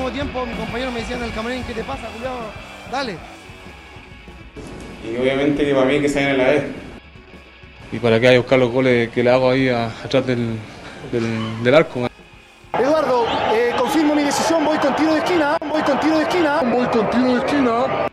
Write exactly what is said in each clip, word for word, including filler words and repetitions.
segundo tiempo, mi compañero me decía en el camarín, ¿qué te pasa, culiao? Dale. Y obviamente que para mí que se viene la vez. Y para qué hay que buscar los goles que le hago ahí a, atrás del, del, del arco. Eduardo, eh, confirmo mi decisión, voy con tiro de esquina, voy con tiro de esquina, voy con tiro de esquina.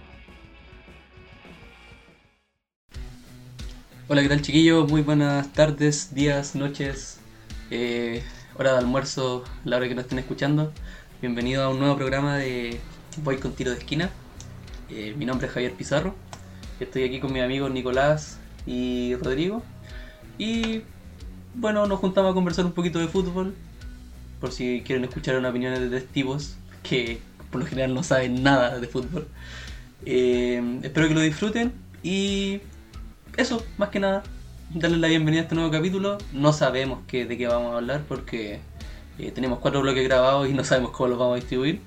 Hola, ¿qué tal, chiquillos? Muy buenas tardes, días, noches, eh, hora de almuerzo, la hora que nos estén escuchando. Bienvenido a un nuevo programa de Voy con tiro de esquina. Eh, mi nombre es Javier Pizarro. Estoy aquí con mis amigos Nicolás y Rodrigo. Y bueno, nos juntamos a conversar un poquito de fútbol. Por si quieren escuchar una opinión de testigos que por lo general no saben nada de fútbol. Eh, espero que lo disfruten y eso, más que nada, darles la bienvenida a este nuevo capítulo. No sabemos qué, de qué vamos a hablar porque eh, tenemos cuatro bloques grabados y no sabemos cómo los vamos a distribuir.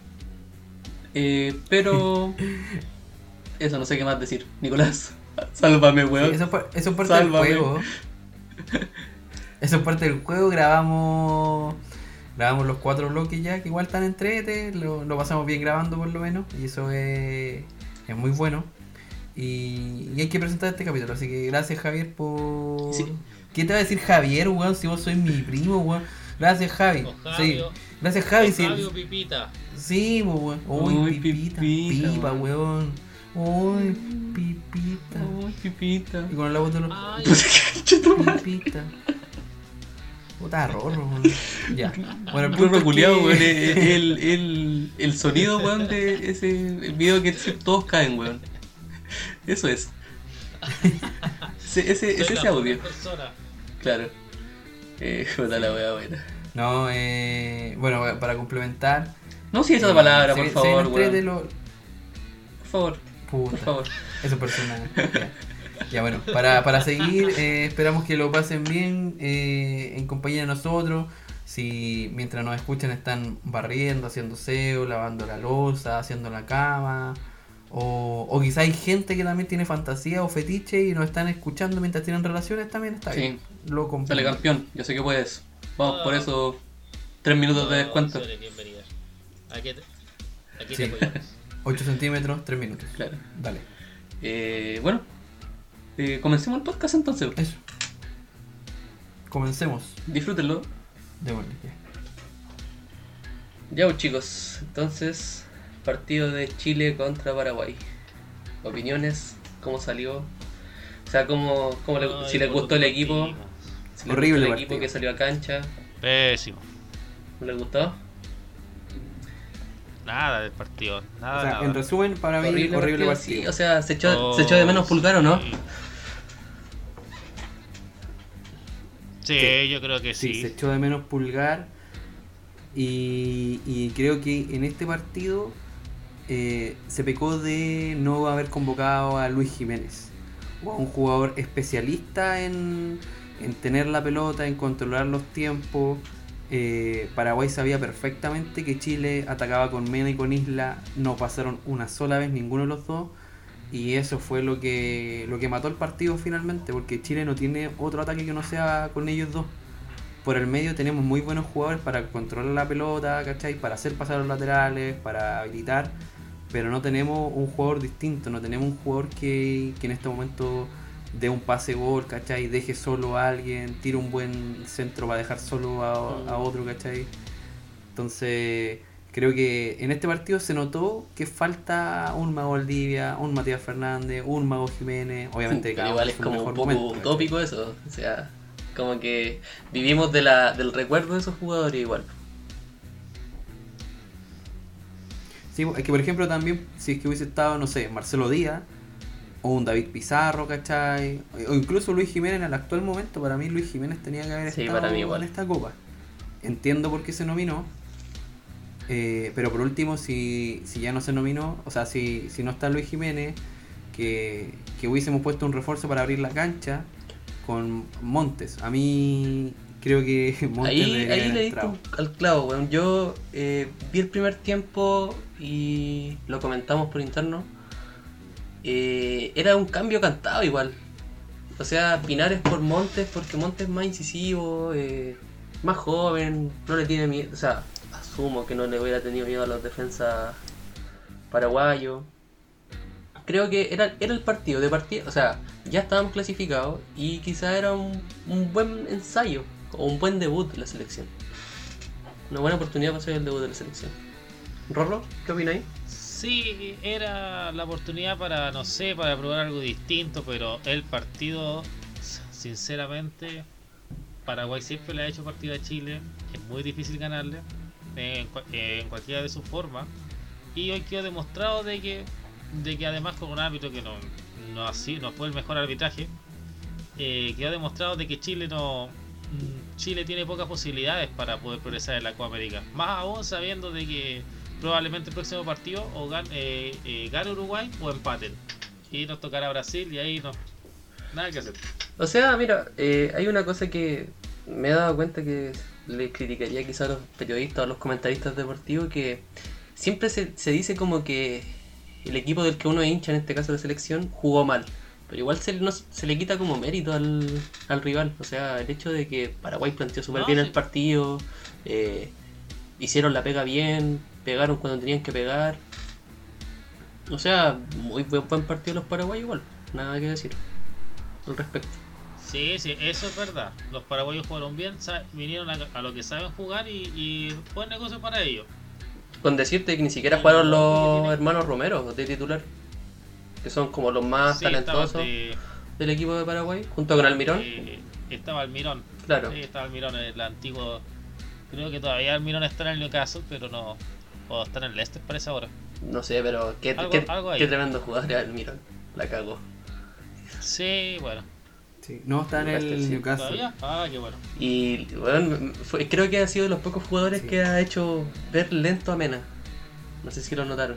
Eh, pero eso, no sé qué más decir. Nicolás, sálvame, weón. Sí, eso, es par- eso es parte Sálvame. del juego. Eso es parte del juego. Grabamos grabamos los cuatro bloques ya, que igual están entrete. Lo, lo pasamos bien grabando por lo menos. Y eso es, es muy bueno. Y, y hay que presentar este capítulo. Así que gracias, Javier, por... Sí. ¿Qué te va a decir Javier, weón? Si vos sois mi primo, weón. Gracias, Javi. O Sí. Javio. Gracias, Javi. Sí, Fabio Pipita. sí, weón. Uy, Uy, pipita, pipita, pipa, weón. weón. Uy, pipita. Ay, pipita. Y con la voz de los... Ay, Pipita. Puta rorro, weón. Ya. Bueno, el punto Rorro es culiao, que- weón. El, el, el, el sonido, weón, de ese video que todos caen, weón. Eso es. Ese, ese, soy es ese la audio. poca persona. Claro. Eh, puta la wea buena. No, eh... Bueno, para complementar... No, sí, esa eh, palabra, se- por se favor, viene entrete weón. lo- Por favor, Puta, por favor. eso personal. Ya. Ya, bueno, para, para seguir, eh, esperamos que lo pasen bien eh, en compañía de nosotros. Si mientras nos escuchan están barriendo, haciendo aseo, lavando la loza, haciendo la cama, o, o quizá hay gente que también tiene fantasía o fetiche y nos están escuchando mientras tienen relaciones, también está Sí. bien. Lo Dale, comprendo. campeón. Yo sé que puedes. Vamos, por eso, tres minutos de descuento. Opciones bienvenidas. Aquí te, aquí Sí. te apoyamos. ocho centímetros, tres minutos. Claro. Dale. Eh, bueno, eh, comencemos el podcast entonces. Eso. Comencemos. Disfrútenlo. Démosle, ya. Ya, pues, chicos, entonces, partido de Chile contra Paraguay. Opiniones, cómo salió. O sea, cómo, cómo le- Ay, si les gustó el equipo. pésimo. Si les Horrible gustó el equipo partido. que salió a cancha. Pésimo. ¿No les gustó? Nada del partido. Nada, O sea, nada. en resumen, para mí, horrible, partido, partido. sí, o sea, se echó, Oh, se echó de menos Pulgar, ¿o no? Sí. Sí, Sí. yo creo que Sí, sí. se echó de menos Pulgar y, y creo que en este partido eh, se pecó de no haber convocado a Luis Jiménez o a un jugador especialista en, en tener la pelota, en controlar los tiempos. eh, Paraguay sabía perfectamente que Chile atacaba con Mena y con Isla, no pasaron una sola vez ninguno de los dos. Y eso fue lo que lo que mató el partido finalmente, porque Chile no tiene otro ataque que no sea con ellos dos. Por el medio tenemos muy buenos jugadores para controlar la pelota, ¿cachai? Para hacer pasar los laterales, para habilitar, pero no tenemos un jugador distinto, no tenemos un jugador que, que en este momento dé un pase gol, ¿cachai? Deje solo a alguien, tire un buen centro para dejar solo a, a otro, ¿cachai? Entonces... Creo que en este partido se notó que falta un Mago Valdivia, un Matías Fernández, un Mago Jiménez, obviamente Pero cada uno igual en es su como mejor un poco momento, ¿cachai? utópico eso. O sea, como que vivimos de la, del recuerdo de esos jugadores igual. Sí, es que por ejemplo también, si es que hubiese estado, no sé, Marcelo Díaz, o un David Pizarro, ¿cachai? O incluso Luis Jiménez en el actual momento, para mí Luis Jiménez tenía que haber Sí, estado para mí igual. en esta copa. Entiendo por qué se nominó, eh, pero por último, si, si ya no se nominó, o sea, si, si no está Luis Jiménez, que, que hubiésemos puesto un refuerzo para abrir la cancha con Montes. A mí creo que Montes Ahí, debería ahí haber le diste entrado. un- al clavo, weón. Yo eh, vi el primer tiempo y lo comentamos por interno. Eh, era un cambio cantado igual. O sea, Pinares por Montes, porque Montes es más incisivo, eh, más joven, no le tiene miedo. O sea, asumo que no le hubiera tenido miedo a los defensas paraguayos. Creo que era, era el partido de partida, o sea, ya estábamos clasificados y quizá era un, un buen ensayo o un buen debut de la selección. Una buena oportunidad para hacer el debut de la selección. Rorro, ¿qué opináis? Sí, era la oportunidad para, no sé, para probar algo distinto, pero el partido, sinceramente, Paraguay siempre le ha hecho partido a Chile, es muy difícil ganarle en, en cualquiera de sus formas, y hoy quedó demostrado de que, de que además con un árbitro que no, no, así, no fue el mejor arbitraje, eh, quedó demostrado de que Chile no Chile tiene pocas posibilidades para poder progresar en la Copa América, más aún sabiendo de que probablemente el próximo partido o gane, eh, eh, gane Uruguay o empaten y nos tocará Brasil y ahí no, nada que hacer. O sea, mira, eh, hay una cosa que me he dado cuenta que le criticaría quizá a los periodistas o a los comentaristas deportivos, que siempre se, se dice como que el equipo del que uno es hincha, en este caso la selección, jugó mal, pero igual se, no, se le quita como mérito al, al rival. O sea, el hecho de que Paraguay planteó súper No, bien sí. el partido, eh, hicieron la pega bien, pegaron cuando tenían que pegar. O sea, muy buen, buen partido los paraguayos igual, nada que decir al respecto. Sí, sí, eso es verdad. Los paraguayos jugaron bien, sa- vinieron a, a lo que saben jugar y, y buen negocio para ellos. Con decirte que ni siquiera Y jugaron lo que los tiene- hermanos Romero de titular, que son como los más Sí, estaba talentosos de- del equipo de Paraguay, junto con Almirón. eh, estaba Almirón. Claro. Sí, estaba Almirón, el antiguo. Creo que todavía Almirón está en el Newcastle, pero no. O está en el Leicester, parece ahora. No sé, pero qué, Algo- qué, algo ahí. qué tremendo jugador era Almirón. La cagó. Sí, bueno. Sí, no, está en Newcastle, el sí. Newcastle. ¿Todavía? Ah, qué bueno. Y bueno, fue- creo que ha sido de los pocos jugadores Sí. que ha hecho ver lento a Mena. No sé si lo notaron.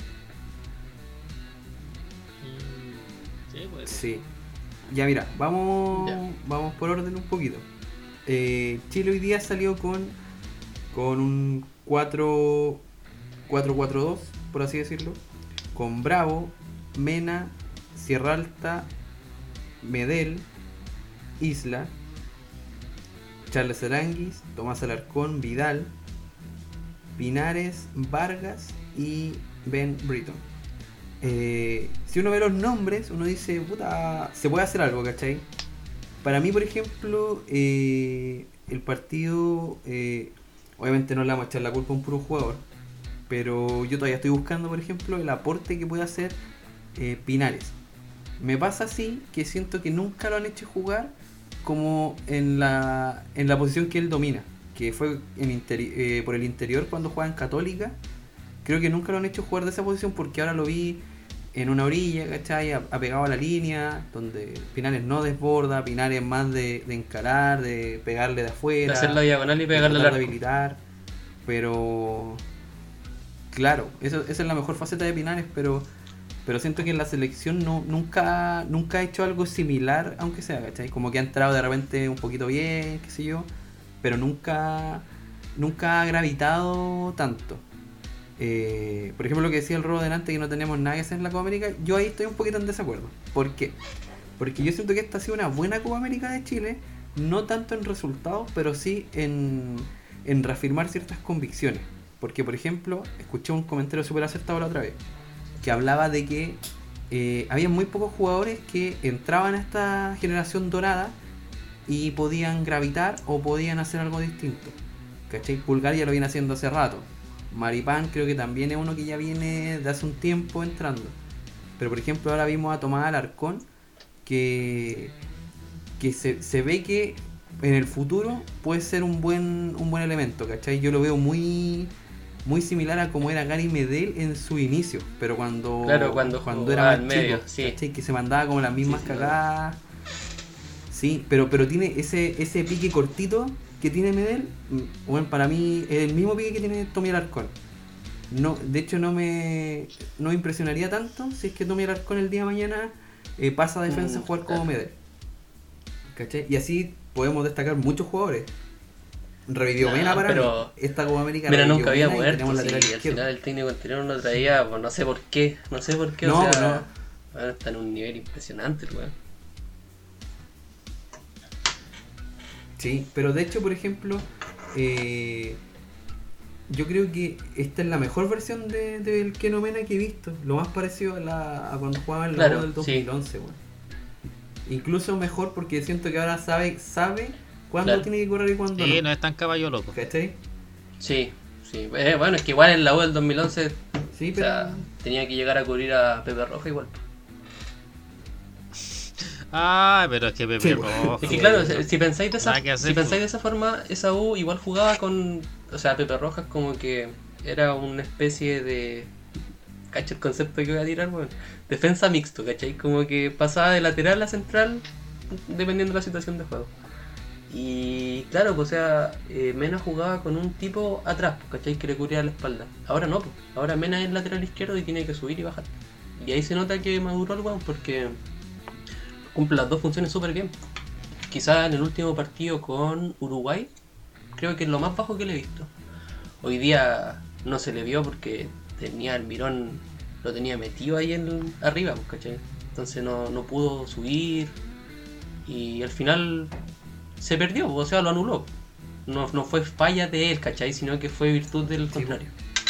Mm, sí, pues. Sí. Ya mira, vamos Ya. vamos por orden un poquito. Eh, Chile hoy día salió con con un cuatro cuatro cuatro dos, por así decirlo, con Bravo, Mena, Sierra Alta, Medel, Isla, Charles Aranguis, Tomás Alarcón, Vidal, Pinares, Vargas y Ben Britton. Eh, si uno ve los nombres, uno dice, puta, se puede hacer algo, ¿cachai? Para mí, por ejemplo, eh, el partido, eh, obviamente no le vamos a echar la culpa a un puro jugador, pero yo todavía estoy buscando, por ejemplo, el aporte que puede hacer eh, Pinares. Me pasa así que siento que nunca lo han hecho jugar como en la, en la posición que él domina, que fue en interi- eh, por el interior cuando jugaba en Católica. Creo que nunca lo han hecho jugar de esa posición porque ahora lo vi en una orilla, ¿cachai? Apegado a la línea, donde Pinares no desborda, Pinares más de, de encarar, de pegarle de De afuera, hacer la diagonal y de pegarle al tratar de arco. habilitar. Pero claro, eso, esa es la mejor faceta de Pinares, pero pero siento que en la selección no nunca nunca ha hecho algo similar, aunque sea, ¿cachai? Como que ha entrado de repente un poquito bien, qué sé yo, pero nunca nunca ha gravitado tanto. Eh, por ejemplo, lo que decía el Robo delante, que no tenemos nada que hacer en la Copa América, yo ahí estoy un poquito en desacuerdo. ¿Por qué? Porque yo siento que esta ha sido una buena Copa América de Chile, no tanto en resultados, pero sí en, en reafirmar ciertas convicciones. Porque, por ejemplo, escuché un comentario súper acertado la otra vez, que hablaba de que eh, había muy pocos jugadores que entraban a esta generación dorada y podían gravitar o podían hacer algo distinto. ¿Cachai? Pulgar ya lo viene haciendo hace rato. Maripán creo que también es uno que ya viene de hace un tiempo entrando. Pero por ejemplo ahora vimos a Tomás Alarcón, que, que se, se ve que en el futuro puede ser un buen un buen elemento, ¿cachai? Yo lo veo muy muy similar a como era Gary Medel en su inicio, pero cuando Claro, cuando cuando jugaba era más al medio, chico, sí. ¿cachai? Que se mandaba como las mismas Sí, sí, cagadas. Sí, pero pero tiene ese ese pique cortito que tiene Medel. Bueno, para mí es el mismo pique que tiene Tommy Alarcón. No, de hecho no me no me impresionaría tanto si es que Tommy Alarcón el día de mañana eh, pasa a defensa a Mm, jugar como claro. Medel. ¿Cachai? Y así podemos destacar muchos jugadores. Revivió Nah, Mena para pero- mí. Esta Copa América Mira, revivió nunca había Mena y muerto, tenemos sí, lateral y al izquierdo. final el técnico anterior no lo traía, pues no sé por qué, no sé por qué, No, o sea, no. bueno, está en un nivel impresionante el weón. Sí, pero de hecho, por ejemplo, eh, yo creo que esta es la mejor versión de, del Keno Mena que he visto. Lo más parecido a, la, a cuando jugaba en la Claro, U del dos mil once, weón. Incluso mejor porque siento que ahora sabe sabe cuándo Claro. tiene que correr y cuándo Sí, no. no es tan caballo loco. ¿Cachai? Sí, sí. Eh, bueno, es que igual en la U del dos mil once, Sí, o pero... sea, tenía que llegar a cubrir a Pepe Roja igual. Ah, pero es que Pepe Sí, Rojo. Es que claro, si si pensáis de esa, Nada que hacer, si pensáis pues. de esa forma, esa U igual jugaba con, o sea, Pepe Rojas como que era una especie de, ¿cachai el concepto que voy a tirar, weón? Defensa mixto, ¿cachai? Como que pasaba de lateral a central dependiendo de la situación de juego. Y claro, pues o sea, eh, Mena jugaba con un tipo atrás, pues, ¿cachai? Que le cubría la espalda. Ahora no, pues, ahora Mena es lateral izquierdo y tiene que subir y bajar. Y ahí se nota que maduró el weón porque cumple las dos funciones súper bien. Quizás en el último partido con Uruguay, creo que es lo más bajo que le he visto. Hoy día no se le vio porque tenía el mirón, lo tenía metido ahí en, arriba, pues, ¿cachai? Entonces no, no pudo subir y al final se perdió, o sea, lo anuló. No, no fue falla de él, ¿cachai? Sino que fue virtud del contrario.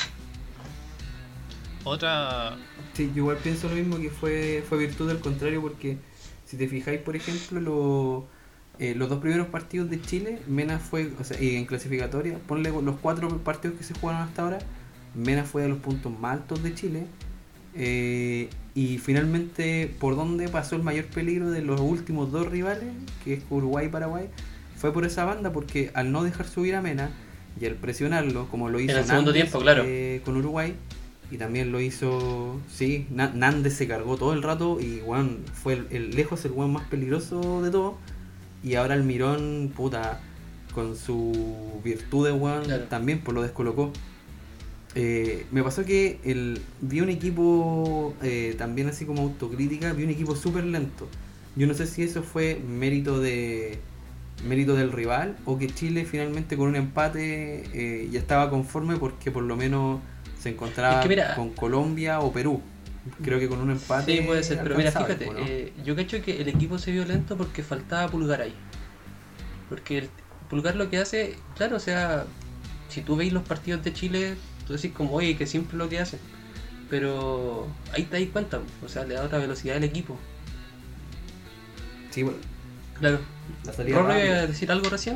Otra. Sí, yo igual pienso lo mismo, que fue, fue virtud del contrario, porque si te fijáis, por ejemplo, lo, eh, los dos primeros partidos de Chile, Mena fue, o sea, y en clasificatoria, ponle los cuatro partidos que se jugaron hasta ahora, Mena fue a los puntos más altos de Chile, eh, y finalmente, ¿por dónde pasó el mayor peligro de los últimos dos rivales, que es Uruguay y Paraguay? Fue por esa banda, porque al no dejar subir a Mena y al presionarlo, como lo hizo En el segundo Nández, tiempo, claro. eh, con Uruguay, y también lo hizo, sí, Na- Nández se cargó todo el rato y bueno, fue el, el- lejos el weón más peligroso de todo. Y ahora el Mirón, puta, con su virtud de weón, Claro. también pues lo descolocó. Eh, me pasó que el, vi un equipo, eh, también así como autocrítica, vi un equipo súper lento. Yo no sé si eso fue mérito de mérito del rival o que Chile finalmente con un empate eh, ya estaba conforme porque por lo menos se encontraba Es que mira- con Colombia o Perú. Creo que con un empate. Sí, puede ser, pero mira, alcanzable, fíjate, ¿no? eh, yo cacho que el equipo se vio lento porque faltaba Pulgar ahí. Porque el Pulgar lo que hace, claro, o sea, si tú veis los partidos de Chile, tú decís como, oye, que simple lo que hace. Pero ahí te das cuenta, o sea, le da otra velocidad al equipo. Sí, bueno, Claro. la salida ¿Rorro iba rápida. a decir algo recién?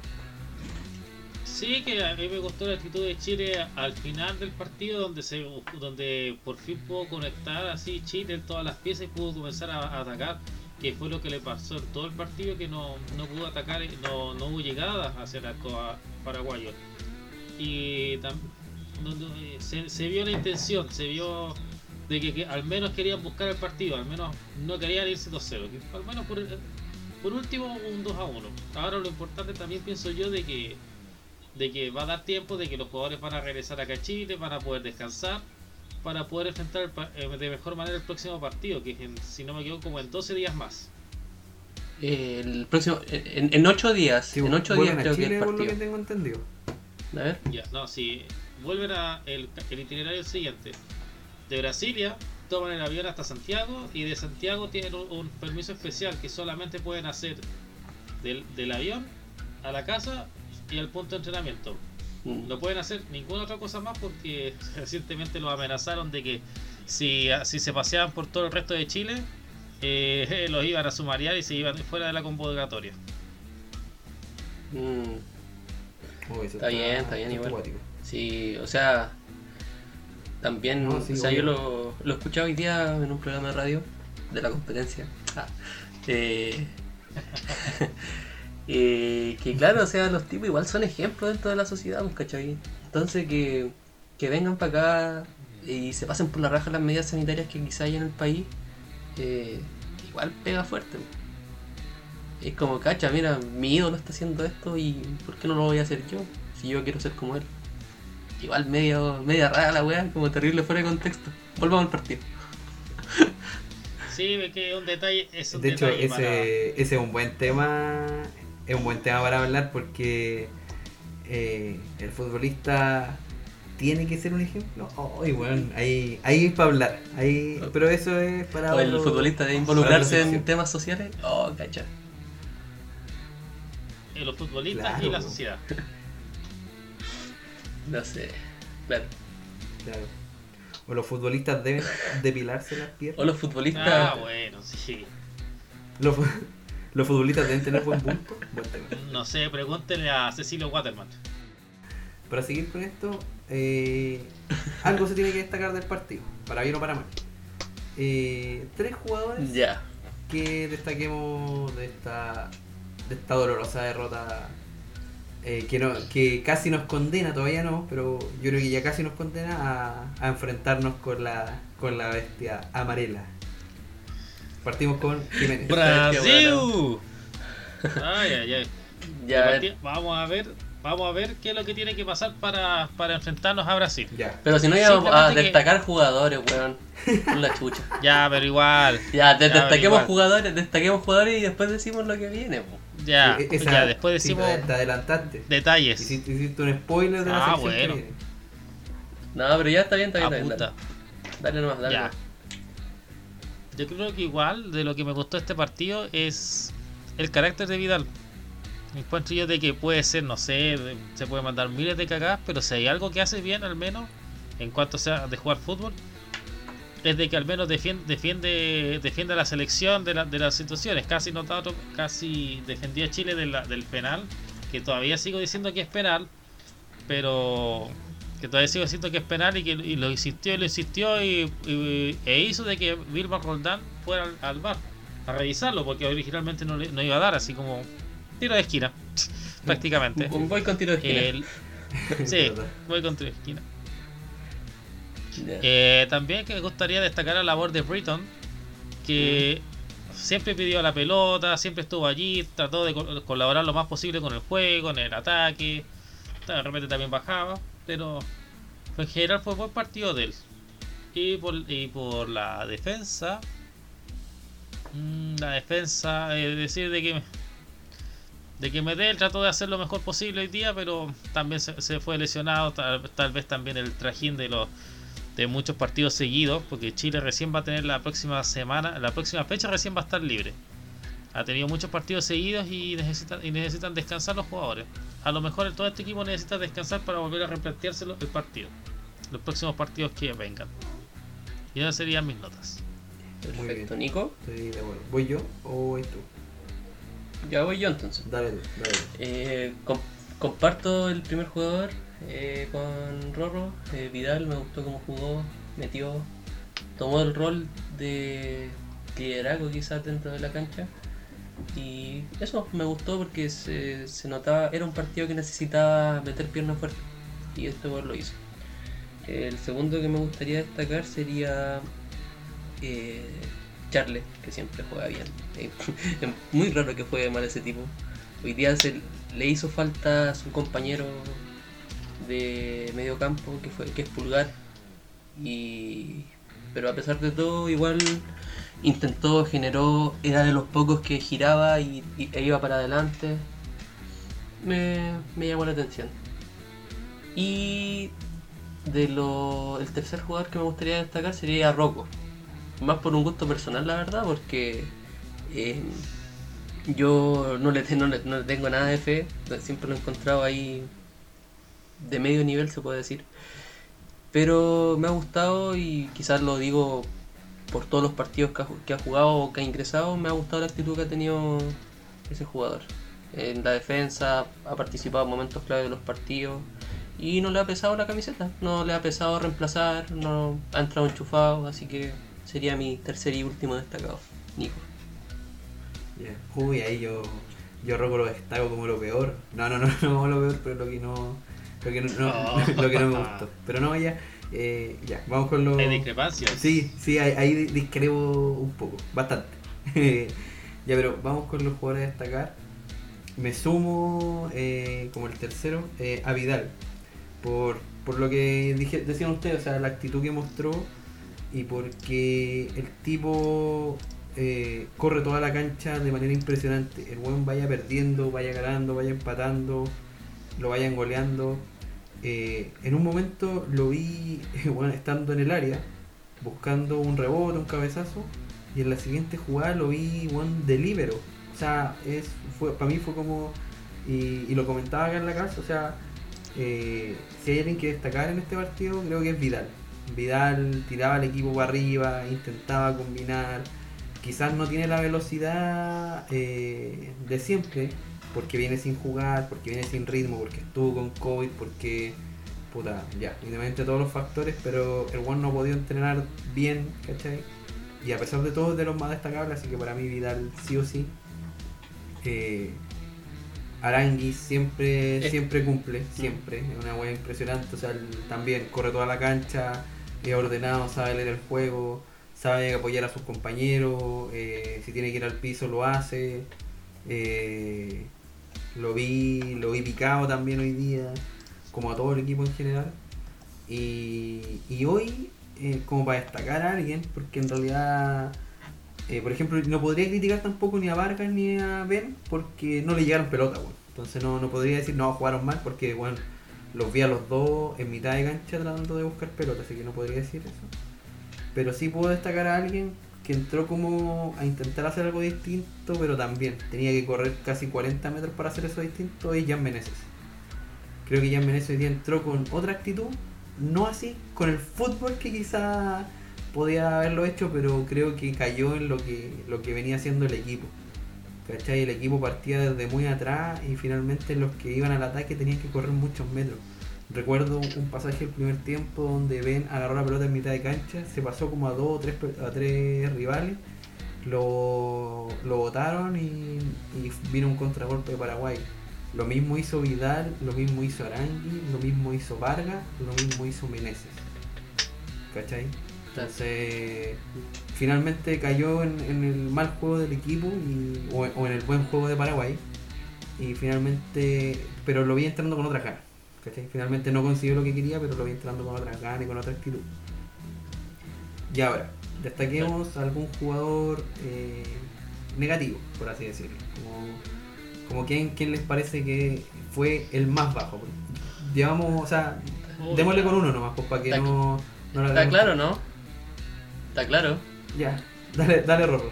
Sí, que a mí me gustó la actitud de Chile al final del partido, donde se donde por fin pudo conectar así Chile en todas las piezas y pudo comenzar a, a atacar, que fue lo que le pasó en todo el partido, que no, no pudo atacar, no, no hubo llegadas hacia el arco a- paraguayo. Y tam- no- no, eh, se, se vio la intención, se vio de que, que al menos querían buscar el partido, al menos no querían irse dos cero, que al menos por, por último un dos a uno. Ahora lo importante también pienso yo de que de que va a dar tiempo, de que los jugadores van a regresar acá a Chile, van a poder descansar para poder enfrentar el pa- eh, de mejor manera el próximo partido, que es en, si no me equivoco, como en doce días más. Eh, el próximo, en, en ocho días, Sí, en ocho vuelven días a creo que Chile, el por lo que partido. tengo entendido. A ver. Ya, no, si vuelven a el, el itinerario siguiente. De Brasilia toman el avión hasta Santiago y de Santiago tienen un, un permiso especial que solamente pueden hacer del, del avión a la casa y al punto de entrenamiento. Mm. No pueden hacer ninguna otra cosa más porque recientemente los amenazaron de que si, si se paseaban por todo el resto de Chile, eh, los iban a sumariar y se iban fuera de la convocatoria. Mm. Oh, eso Está bien, está bien, igual. cuático. Sí, o sea, también, No, sí, o sea, obvio. yo lo, lo he escuchado hoy día en un programa de radio de la competencia. Ah, eh, eh, que claro, o sea, los tipos igual son ejemplos dentro de la sociedad, pues, ¿cachai? Entonces que, que vengan para acá y se pasen por la raja las medidas sanitarias que quizá hay en el país, eh, igual pega fuerte. Es como, cacha, mira, mi ídolo está haciendo esto y ¿por qué no lo voy a hacer yo? Si yo quiero ser como él. Igual medio, media rara la weá, como terrible fuera de contexto. Volvamos al partido. Sí, es que es un detalle, es un De hecho, detalle ese, ese es un buen tema, es un buen tema para hablar porque eh, el futbolista tiene que ser un ejemplo. Ay, bueno, ahí, ahí es para hablar, ahí, pero eso es para O el otro- futbolista de para involucrarse otra en sección. temas sociales. Oh, cacha. para los futbolistas Claro, y la po. sociedad. No sé. Claro. Claro. O los futbolistas deben depilarse las piernas. O los futbolistas. Ah, bueno, sí. Los, fu- los futbolistas deben tener buen bulto. Buen tema. No sé, pregúntenle a Cecilio Waterman. Para seguir con esto, eh, algo se tiene que destacar del partido, para bien o para mal. Eh, tres jugadores Ya. que destaquemos de esta de esta dolorosa derrota eh, que no que casi nos condena, todavía no, pero yo creo que ya casi nos condena a, a enfrentarnos con la con la bestia amarela. Partimos con Jiménez. ¡Brasil! Ay, ay, ay. Ya, a ver. Partí- Vamos a ver, vamos a ver qué es lo que tiene que pasar para, para enfrentarnos a Brasil. Ya. Pero si no íbamos a Simplemente que- destacar jugadores, weón. Por la chucha. Ya, pero igual. Ya, de- Ya, pero destaquemos igual. jugadores, destaquemos jugadores y después decimos lo que viene, po. Ya, E- esa- ya después sí, decimos te, te adelantaste. detalles. Hiciste, hiciste un spoiler de la Ah, sección que bueno. viene. No, pero ya está bien, está bien, Ah, está bien. puta. Dale, dale nomás, dale Ya. nomás. Yo creo que igual de lo que me gustó este partido es el carácter de Vidal. Encuentro yo de que puede ser, no sé, de- se puede mandar miles de cagadas, pero si hay algo que hace bien al menos, en cuanto sea de jugar fútbol, es de que al menos defiende defiende, defiende a la selección de, la- de las situaciones. Casi notado, casi defendía a Chile de la- del penal, que todavía sigo diciendo que es penal, pero que todavía sigo diciendo que es penal y que y lo insistió y lo insistió y, y- e hizo de que Vilma Roldán fuera al, al V A R a revisarlo, porque originalmente no, le- no iba a dar, así como tiro de esquina prácticamente. Un voy con tiro de esquina. El- sí, Verdad. voy con tiro de esquina. Ya. Eh, también que me gustaría destacar la labor de Britton, que siempre pidió la pelota, siempre estuvo allí, trató de co- colaborar lo más posible con el juego, en el ataque, de repente también bajaba, pero en general fue buen partido de él. Y por, y por la defensa, mm, la defensa, es decir, de que de que Medel trató de hacer lo mejor posible hoy día, pero también se, se fue lesionado, tal, tal vez también el trajín de los de muchos partidos seguidos, porque Chile recién va a tener la próxima semana, la próxima fecha recién va a estar libre. Ha tenido muchos partidos seguidos y necesitan, y necesitan descansar los jugadores. A lo mejor todo este equipo necesita descansar para volver a replanteárselo el partido, los próximos partidos que vengan. Y esas serían mis notas. Muy Perfecto, bien. Nico. Estoy de acuerdo. ¿Voy yo o voy tú? Ya voy yo entonces. Dale tú, dale tú. Eh, com- comparto el primer jugador eh, con Rorro. eh, Vidal me gustó cómo jugó, metió, tomó el rol de liderazgo quizás dentro de la cancha. Y eso me gustó porque se, se notaba, era un partido que necesitaba meter piernas fuertes. Y este gol lo hizo. El segundo que me gustaría destacar sería eh, Charles, que siempre juega bien. Eh, es muy raro que juegue mal ese tipo. Hoy día se le hizo falta a su compañero de medio campo, que fue que es Pulgar. Y pero a pesar de todo, igual intentó, generó, era de los pocos que giraba y, y- e iba para adelante. Me, me llamó la atención. Y de lo, el tercer jugador que me gustaría destacar sería Rocco. Más por un gusto personal, la verdad, porque eh, yo no le, te- no, le, no le tengo nada de fe. Siempre lo he encontrado ahí de medio nivel, se puede decir. Pero me ha gustado y quizás lo digo por todos los partidos que ha, que ha jugado o que ha ingresado. Me ha gustado la actitud que ha tenido ese jugador. En la defensa ha participado en momentos clave de los partidos y no le ha pesado la camiseta, no le ha pesado reemplazar, no ha entrado enchufado, así que sería mi tercer y último destacado, Nico. Ya. Uy, ahí yo, yo Rocco lo destaco como lo peor. No, no, no, no como lo peor, pero lo que no, lo que no, no- lo que no me gustó. Pero no, ya, eh, ya, vamos con los... Hay discrepancias. Sí, sí, ahí, ahí discrepo un poco, bastante. Ya, pero vamos con los jugadores a destacar. Me sumo eh, como el tercero eh, a Vidal. Por, por lo que dije, decían ustedes, o sea, la actitud que mostró y porque el tipo eh, corre toda la cancha de manera impresionante. El buen vaya perdiendo, vaya ganando, vaya empatando, lo vayan goleando. Eh, en un momento lo vi bueno, estando en el área, buscando un rebote, un cabezazo, y en la siguiente jugada lo vi bueno, de líbero. O sea, es, fue, para mí fue como, y, y lo comentaba acá en la casa, o sea, eh, si hay alguien que destacar en este partido, creo que es Vidal. Vidal tiraba al equipo para arriba, intentaba combinar. Quizás no tiene la velocidad eh, de siempre, porque viene sin jugar, porque viene sin ritmo, porque estuvo con COVID, porque... Puta, ya, independientemente de todos los factores, pero el One no ha podido entrenar bien, ¿cachai? Y a pesar de todo es de los más destacables, así que para mí Vidal sí o sí. Eh, Aranguis siempre Eh. siempre cumple, siempre, es una wea impresionante, o sea, él también corre toda la cancha, es ordenado, sabe leer el juego, sabe apoyar a sus compañeros, eh, si tiene que ir al piso lo hace, eh, lo vi, lo vi picado también hoy día, como a todo el equipo en general, y, y hoy, eh, como para destacar a alguien, porque en realidad... Eh, por ejemplo, no podría criticar tampoco ni a Vargas ni a Ben porque no le llegaron pelota, bueno. Entonces no, no podría decir no, jugaron mal porque bueno, los vi a los dos en mitad de cancha tratando de buscar pelota, así que no podría decir eso. Pero sí puedo destacar a alguien que entró como a intentar hacer algo distinto, pero también tenía que correr casi cuarenta metros para hacer eso distinto, es Jan Meneses. Creo que Jan Meneses hoy día entró con otra actitud, no así, con el fútbol que quizá podía haberlo hecho, pero creo que cayó en lo que lo que venía haciendo el equipo, ¿cachai? El equipo partía desde muy atrás y finalmente los que iban al ataque tenían que correr muchos metros. Recuerdo un pasaje del primer tiempo donde Ben agarró la pelota en mitad de cancha, se pasó como a dos o tres, a tres rivales, lo, lo botaron y, y vino un contragolpe de Paraguay. Lo mismo hizo Vidal, lo mismo hizo Arangui, lo mismo hizo Vargas, lo mismo hizo Meneses, ¿cachai? Entonces, finalmente cayó en, en el mal juego del equipo y, o, o en el buen juego de Paraguay. Y finalmente, pero lo vi entrando con otra cara, ¿cachai? Finalmente no consiguió lo que quería, pero lo vi entrando con otra gana y con otra actitud. Y ahora, destaquemos a algún jugador eh, negativo, por así decirlo. Como, como quien, quien les parece que fue el más bajo. Llevamos, o sea, démosle con uno nomás, pues para que Está- no, no la Está hagamos. claro, ¿no? Está claro. Ya, dale, dale Rorro.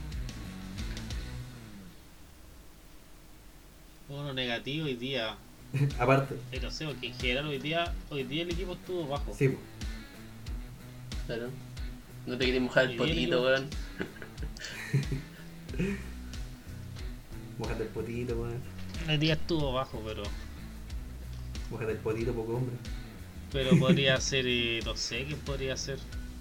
Uno negativo hoy día, Aparte, eh, no sé, porque en general hoy día, hoy día el equipo estuvo bajo. sí, po. Claro. No te querés mojar el Y potito, bien, weón. Mójate el potito, weón. Hoy día estuvo bajo, pero Mójate el potito, poco hombre. pero podría ser, eh, no sé, ¿quién podría ser?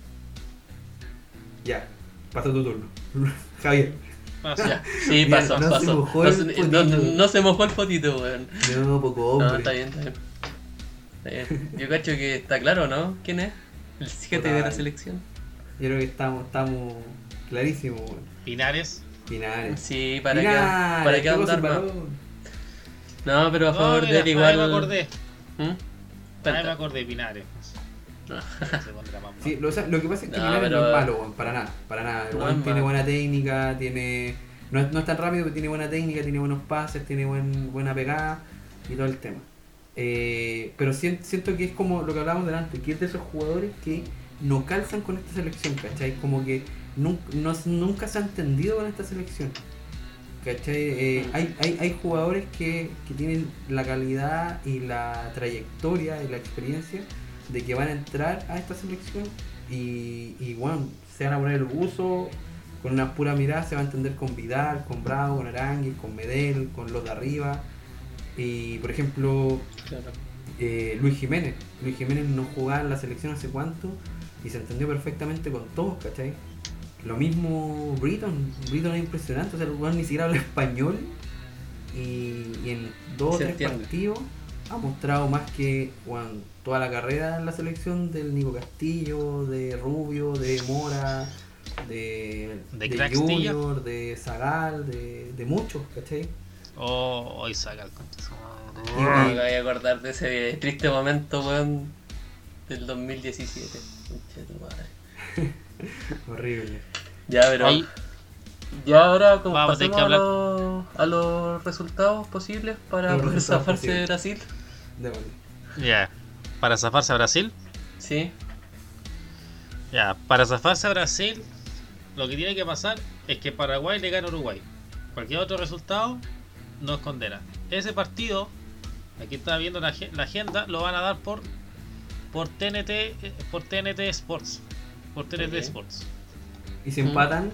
Ya, pasa tu turno. Javier. Pasa. Ya. Sí, Bien, pasó, no se pasó. mojó No el se, potito. no- no se mojó el potito, weón. No, poco hombre. No, está bien, está bien. Está bien. Yo cacho que está claro, ¿no? ¿Quién es? El siete de la selección. Yo creo que estamos, estamos clarísimos, weón. Pinares. Pinares. Sí, para qué, Pinares, para qué tocó andar el más. balón. No, pero a No, favor mira, de él ahí igual. me acordé. ¿Mm? Ahí me Cuenta. acordé de Pinares. No. Se pondrá más Sí, lo, o sea, lo que pasa es que No, Pinares pero- no es malo, weón, para nada, para nada. El No weón es tiene malo. buena técnica, tiene. No es, no es tan rápido, pero tiene buena técnica, tiene buenos pases, tiene buen, buena pegada y todo el tema. Eh, pero sien- siento que es como lo que hablábamos delante, que es de esos jugadores que no calzan con esta selección, ¿cachai? Como que nunca, no- nunca se ha entendido con esta selección. ¿Cachai? Eh, hay, hay, hay jugadores que, que tienen la calidad y la trayectoria y la experiencia de que van a entrar a esta selección y, y bueno, se van a poner el buzo, con una pura mirada se va a entender con Vidal, con Bravo, con Aranguis, con Medel, con los de arriba. Y por ejemplo, Claro. eh, Luis Jiménez. Luis Jiménez no jugaba en la selección hace cuánto y se entendió perfectamente con todos, ¿cachai? Lo mismo Britton. Britton es impresionante, o sea, el jugador ni siquiera habla español y, y en dos o Se tres entiende. partidos ha mostrado más que bueno, toda la carrera en la selección del Nico Castillo, de Rubio, de Mora, de, De de Crackstilla. Junior, de Zagal, de, de muchos, ¿cachai? Oh, hoy saca el concha su madre. No me voy a acordar de ese triste momento, weón, del dos mil diecisiete. Concha de tu madre. Horrible. Ya, pero. Hoy- Ya ahora, como Vamos a tener pasemos que a, hablar- los, a los resultados posibles para Los poder resultados zafarse de posibles. Brasil. Démosle. Ya, para zafarse a Brasil. Sí. Ya, para zafarse a Brasil, lo que tiene que pasar es que Paraguay le gane a Uruguay. Cualquier otro resultado nos condena. Ese partido aquí estaba viendo la, la agenda, lo van a dar por por T N T, eh, por T N T Sports, por T N T Ok. Sports. Y si empatan,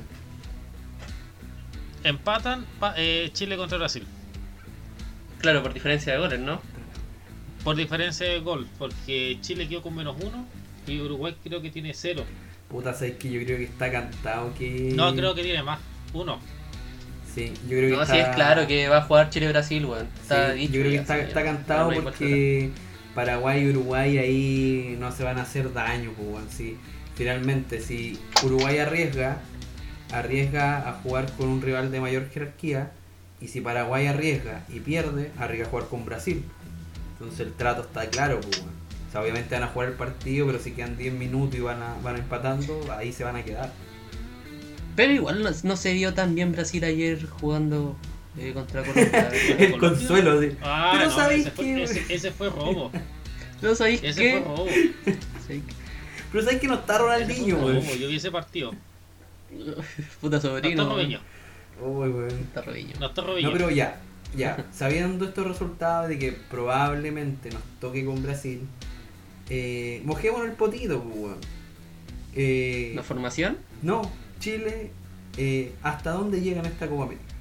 Empatan pa- eh, Chile contra Brasil Claro, por diferencia de goles, ¿no? por diferencia de gol, porque Chile quedó con menos uno y Uruguay creo que tiene cero. puta, sabes que yo creo que está cantado que. No, creo que tiene más, uno. Sí, yo creo que No, está. sí es claro que va a jugar Chile-Brasil, weón. Está Sí, dicho. yo creo que ya, está, sí, está ya. cantado No hay vuelta porque Paraguay y Uruguay ahí no se van a hacer daño, pues, weón. Sí, finalmente, si Uruguay arriesga, arriesga a jugar con un rival de mayor jerarquía, y si Paraguay arriesga y pierde, arriesga a jugar con Brasil. Entonces el trato está claro, pues, weón. O sea, obviamente van a jugar el partido, pero si quedan diez minutos y van, a, van empatando, ahí se van a quedar. Pero igual no, no se vio tan bien Brasil ayer jugando eh, contra Colombia. El consuelo, sí. Ah, Pero no, ¿sabéis ese, fue, qué? ese, ese fue robo. ¿No sabéis Ese qué? fue robo. Sí. Pero sabes que no está Ese Ronaldinho, fue weón. robo. Yo vi ese partido. Puta No sobrino. está weón. Robinho. Uy, weón. Está Robinho. No está Robinho. No, pero ya, ya, sabiendo estos resultados de que probablemente nos toque con Brasil, eh, mojémonos el potito, pues, weón. Eh, ¿La formación? no, Chile, eh, ¿hasta dónde llega en esta Copa América?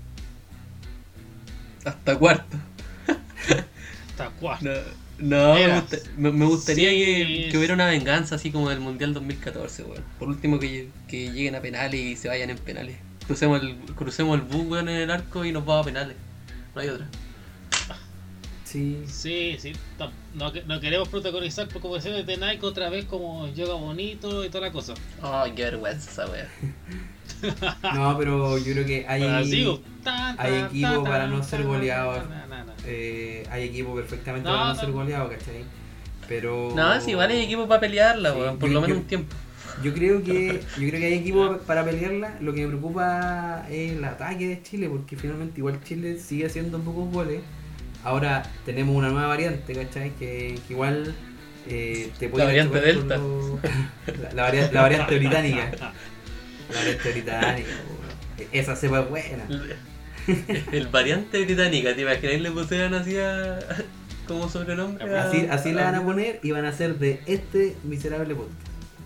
Hasta cuarto. Está cuarto. No, no me, Era. gusta- me- me gustaría Sí, que, es- que hubiera una venganza así como del Mundial dos mil catorce, weón. Por último que, que lleguen a penales y se vayan en penales. Crucemos el, crucemos el bus, weón, en el arco y nos vamos a penales. No hay otra. Sí, Sí, sí. tam- No, que- no queremos protagonizar por como decía de Nike otra vez como yoga bonito y toda la cosa. Ay, qué vergüenza esa weá. no, pero yo creo que hay, Brasil. Ta, ta, hay ta, equipo ta, para no ta, ser ta, goleado. ta, na, na, na. eh, hay equipo perfectamente No, para no no. ser goleado, ¿cachai? Pero... No, si vale hay equipo para pelearla, Sí, weón. Por yo- lo menos yo- un tiempo. Yo creo que yo creo que hay equipos para pelearla. Lo que me preocupa es el ataque de Chile, porque finalmente igual Chile sigue haciendo pocos goles. Ahora tenemos una nueva variante, ¿cachai? Que, que igual eh, te puede variante chocar con Delta. los- la, la variante, la variante británica. La variante británica. po. Esa cepa es buena. El variante británica, ¿te imaginas? Le pusieran así a... como sobrenombre a- Así, así la van a a- poner y van a hacer de este miserable podcast.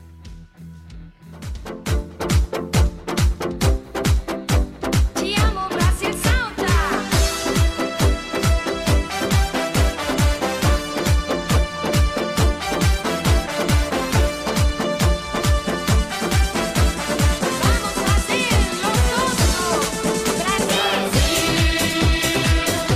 Ti amo Brasil, salta! Vamos hacerlo todo! Brasil!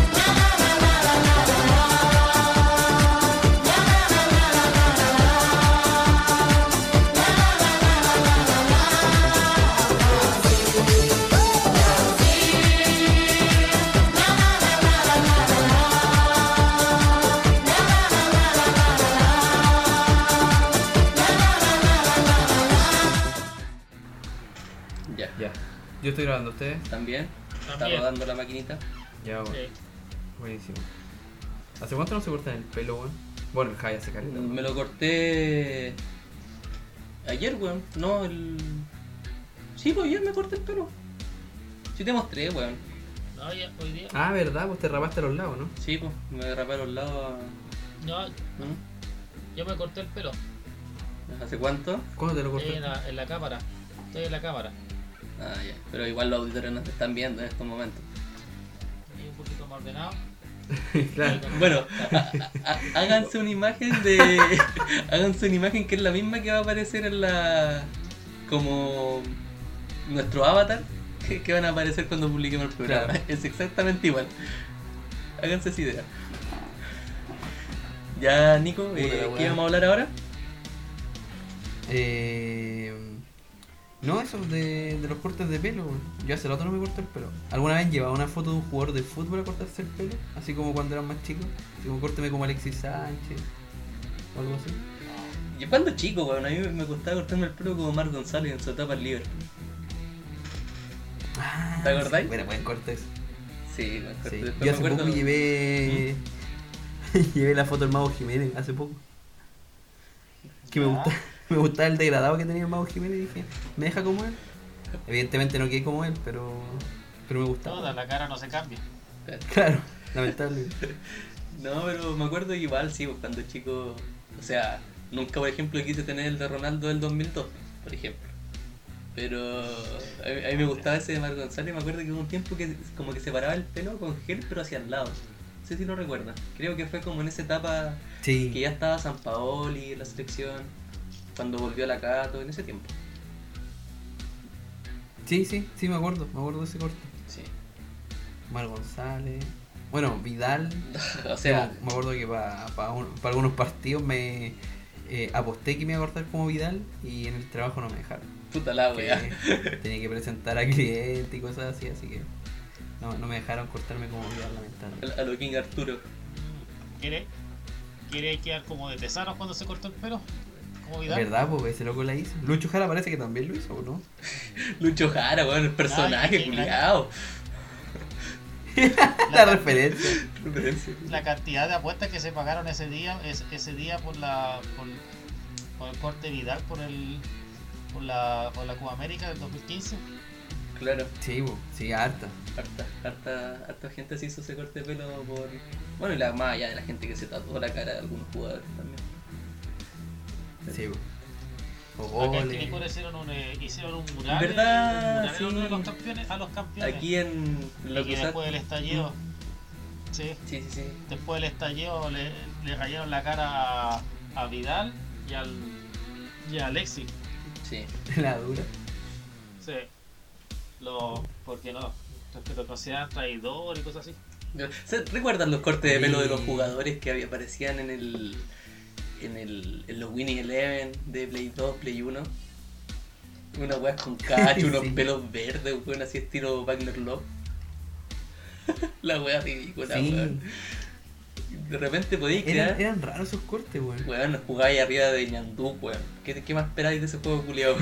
Ya, Ya. Yo estoy grabando, ¿ustedes? también. Está También. rodando la maquinita. Ya, bueno. Sí. Buenísimo. ¿Hace cuánto no se cortan el pelo, weón? Bueno, el Jai hace careta. weón. Me lo corté ayer, weón. No, el... Sí, pues ayer me corté el pelo. Sí te mostré, weón. No, ya, hoy día. Ah, ¿verdad? Pues te rapaste a los lados, ¿no? Sí, pues me rapé a los lados. No, ¿Mm? yo me corté el pelo. ¿Hace cuánto? ¿Cuándo te lo Estoy cortaste? en la, en la cámara. Estoy en la cámara. Ah, ya. Pero igual los auditores no te están viendo en estos momentos. Y un poquito más ordenado. Claro. Bueno, a- a- a- háganse una imagen de. Háganse una imagen que es la misma que va a aparecer en la. Como. Nuestro avatar. Que, que van a aparecer cuando publiquemos el programa. Claro. Es exactamente igual. Háganse esa idea. Ya, Nico, Puta eh, la ¿qué weá. vamos a hablar ahora? Eh, no, eso de, de los cortes de pelo, weón. Yo hace rato no me corto el pelo. ¿Alguna vez llevaba una foto de un jugador de fútbol a cortarse el pelo? Así como cuando eran más chicos. Así como córteme como Alexis Sánchez. O algo así. Yo cuando chico, weón, a mí me gustaba cortarme el pelo como Marc González en su etapa en Liverpool. Ah, ¿Te acordáis? sí, bueno, buen corte ese. Sí, me acuerdo. Sí. Después Yo me hace acuerdo- poco llevé. llevé la foto del Mago Jiménez, hace poco. Que me gusta, me gustaba el degradado que tenía el Mago Jiménez y dije, ¿me deja como él? Evidentemente no quedé como él, pero. Pero me gustaba. Toda la cara no se cambia. Claro, lamentable. No, pero me acuerdo igual, sí, pues, cuando chico. O sea, nunca, por ejemplo, quise tener el de Ronaldo del dos mil dos, por ejemplo. Pero a mí, a mí me gustaba ese de Marco González. Me acuerdo que hubo un tiempo que como que separaba el pelo con gel, pero hacia el lado. No sé si lo recuerdan. Creo que fue como en esa etapa Sí. que ya estaba Sampaoli en la selección, cuando volvió a la Cato, en ese tiempo. Sí, sí, sí, me acuerdo, me acuerdo de ese corte. Sí. Mar González. Bueno, Vidal. O sea, me acuerdo que para algunos partidos me eh, aposté que me iba a cortar como Vidal y en el trabajo no me dejaron. puta la Que wea. tenía que presentar a clientes y cosas así, así que no, no me dejaron cortarme como Vidal, lamentablemente. A lo King Arturo. ¿Quiere, quiere quedar como de Tesanos cuando se cortó el pelo? Como Vidal. ¿Verdad? Porque ese loco la hizo. Lucho Jara parece que también lo hizo, ¿o no? Lucho Jara, weón, el personaje, Ay, culiao. La referencia. Referencia. La cantidad de apuestas que se pagaron ese día, es- ese día por la por, por el corte de Vidal por el por la por la Copa América del dos mil quince. Claro. Sí, bo, sí, harta. Harta, harta, harta gente se hizo ese corte de pelo por. Bueno, y la más allá de la gente que se tatuó la cara de algunos jugadores también. Sí, bo. O Acá en goles. Quilicura hicieron un eh, hicieron un mural, ¿Verdad? un mural Sí. a uno de los campeones, a los campeones. Aquí en y lo que que después del estallido, sí, Sí, sí, sí. después del estallido le, le rayaron la cara a, a Vidal y al y a Alexis. Sí. La dura. Sí. Lo, porque no, porque lo consideran traidor y cosas así. ¿Se recuerdan los cortes de pelo de los Sí. jugadores que había, aparecían en el. en el. en los Winning Eleven de Play dos, Play uno? Unas weas con cacho, unos Sí. pelos verdes, weón, así estilo Wagner Love. La wea ridícula, Sí. weón. De repente podéis crear. Eran, eran raros esos cortes, weón. Weón, jugáis arriba de Ñandú, weón. ¿Qué, ¿Qué más esperáis de ese juego culiado?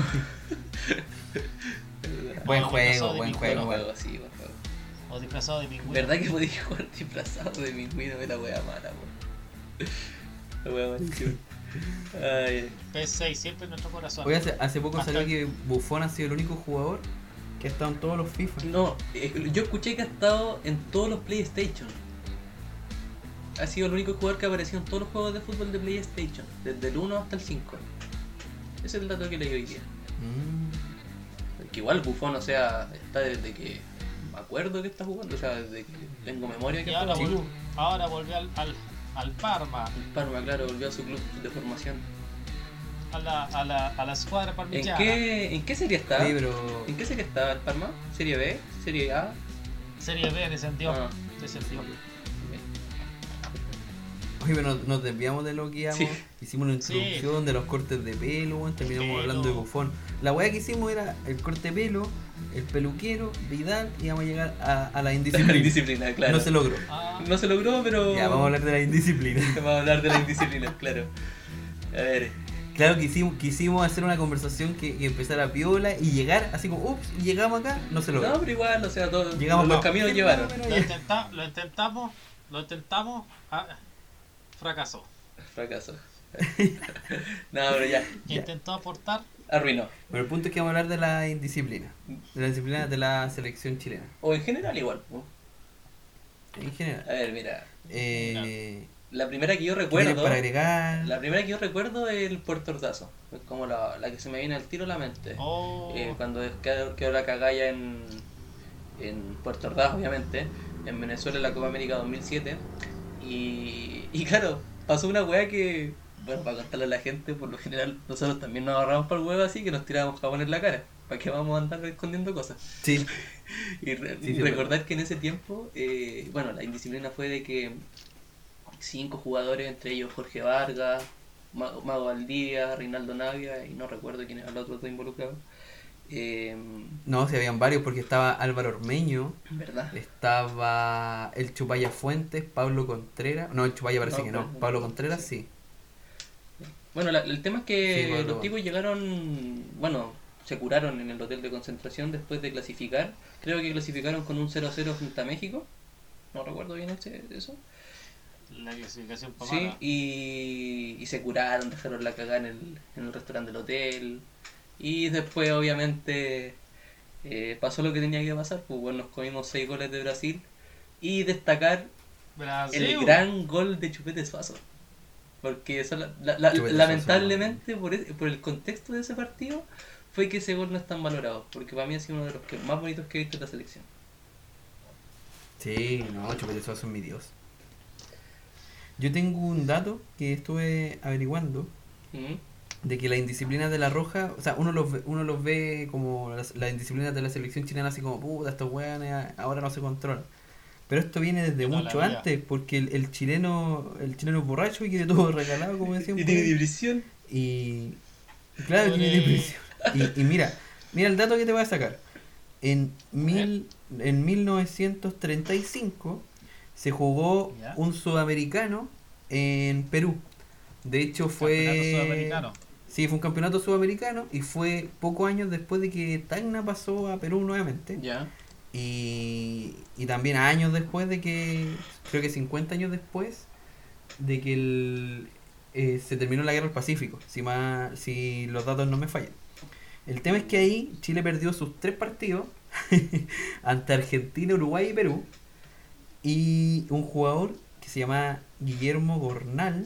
Buen No, juego, disfrazado de buen pingüino. juego, Buen weón. juego, sí, buen juego. O disfrazado de pingüino. ¿Verdad que podéis jugar disfrazado de pingüino de la wea mala, weón? La wea malísima. Ay, P S seis siempre en nuestro corazón. Hoy hace, hace poco Hasta- salió que Buffon ha sido el único jugador que ha estado en todos los FIFA. no, eh, yo escuché que ha estado en todos los PlayStation. Ha sido el único jugador que ha aparecido en todos los juegos de fútbol de PlayStation, desde el uno hasta el cinco. Ese es el dato que leí hoy día. Mm. Que igual Buffon, o sea, está desde que me acuerdo que está jugando, o sea, desde que tengo memoria que Y ahora, juega. Sí, vol- ahora volvió al, al, al Parma, El Parma, claro, volvió a su club de formación. a la, a la, a la escuadra ¿En parmigiana. qué, ¿En qué serie está? Oye, pero ¿En qué serie estaba el Parma? ¿Serie B? ¿Serie A? Serie B descendió. Ah. descendió. Oye, pero nos, nos desviamos de lo que íbamos. Sí. Hicimos una Sí. introducción de los cortes de pelo, weón, terminamos Pelo. hablando de Buffon. La weá que hicimos era el corte de pelo, el peluquero, Vidal, y íbamos a llegar a, a la indisciplina. Indisciplina, claro. No se logró. Ah, No se logró, pero. Ya, vamos a hablar de la indisciplina. Vamos a hablar de la indisciplina, claro. A ver. Claro, quisimos, quisimos hacer una conversación que, que empezara piola y llegar así como, ups, llegamos acá, no se logró. No, pero igual, o sea, todos Llegamos los más- caminos Sí, llevaron. pero lo, ya. intenta- lo intentamos, lo intentamos, ah, fracasó. Fracaso. No, pero ya. Ya. Intentó aportar, Arruinó. Pero el punto es que vamos a hablar de la indisciplina. De la disciplina de la selección chilena. O en general, igual. ¿no? En general. A ver, mira. Eh, La primera que yo ¿qué tienes recuerdo. para agregar? La primera que yo recuerdo es el Puerto Ordazo. Es como la, la que se me viene al tiro a la mente. oh, Eh, cuando quedó, quedó la cagalla en, en Puerto Ordaz, obviamente, en Venezuela en la Copa América dos mil siete. Y, y claro, pasó una weá que, bueno, para contarle a la gente, por lo general nosotros también nos agarramos para el huevo así que nos tirábamos jabón en la cara. ¿Para qué vamos a andar escondiendo cosas? Sí. Y re- Sí, sí, recordar que en ese tiempo, eh, bueno, la indisciplina fue de que cinco jugadores, entre ellos Jorge Vargas, Ma- Mago Valdivia, Reinaldo Navia, y no recuerdo quién era el otro involucrado. Eh, No, si habían varios porque estaba Álvaro Ormeño, ¿Verdad? estaba el Chupaya Fuentes, Pablo Contreras. No, el Chupaya parece No, que no. pero- Pablo Contreras sí. Bueno, la- el tema es que Sí, Pablo. los tipos llegaron, bueno, se curaron en el hotel de concentración después de clasificar. Creo que clasificaron con un cero a cero frente a México. No recuerdo bien ese, eso. la clasificación para Sí, y, y se curaron, dejaron la cagada en el, en el restaurante del hotel. Y después, obviamente, eh, pasó lo que tenía que pasar. Pues bueno, nos comimos seis goles de Brasil. Y destacar Brasil. el gran gol de Chupete Suazo. Porque eso, la- la- la- Chupete lamentablemente, por, e- por el contexto de ese partido, fue que ese gol no es tan valorado. Porque para mí ha sido uno de los que más bonitos que he visto en la selección. Sí, no, Chupete Suazo es mi dios. Yo tengo un dato que estuve averiguando ¿Mm? de que las indisciplinas de la Roja, o sea, uno los ve, uno los ve como las, las indisciplinas de la selección chilena así como, puta, estos weones ahora no se controlan. Pero esto viene desde De toda mucho la vida. antes, porque el, el chileno el chileno es borracho y quiere todo regalado, como decían. Y por tiene ahí. depresión. Y claro, tiene Pobre- depresión. Y, y mira, mira el dato que te voy a sacar. En mil, en mil novecientos treinta y cinco se jugó Ya. un sudamericano en Perú. De hecho Campeonato fue sudamericano. sí, fue un campeonato sudamericano y fue pocos años después de que Tacna pasó a Perú nuevamente. Ya. Y, y también años después de que, creo que cincuenta años después de que el, eh, se terminó la guerra del Pacífico, si, más, si los datos no me fallan. El tema es que ahí Chile perdió sus tres partidos ante Argentina, Uruguay y Perú. Y un jugador que se llama Guillermo Gornal,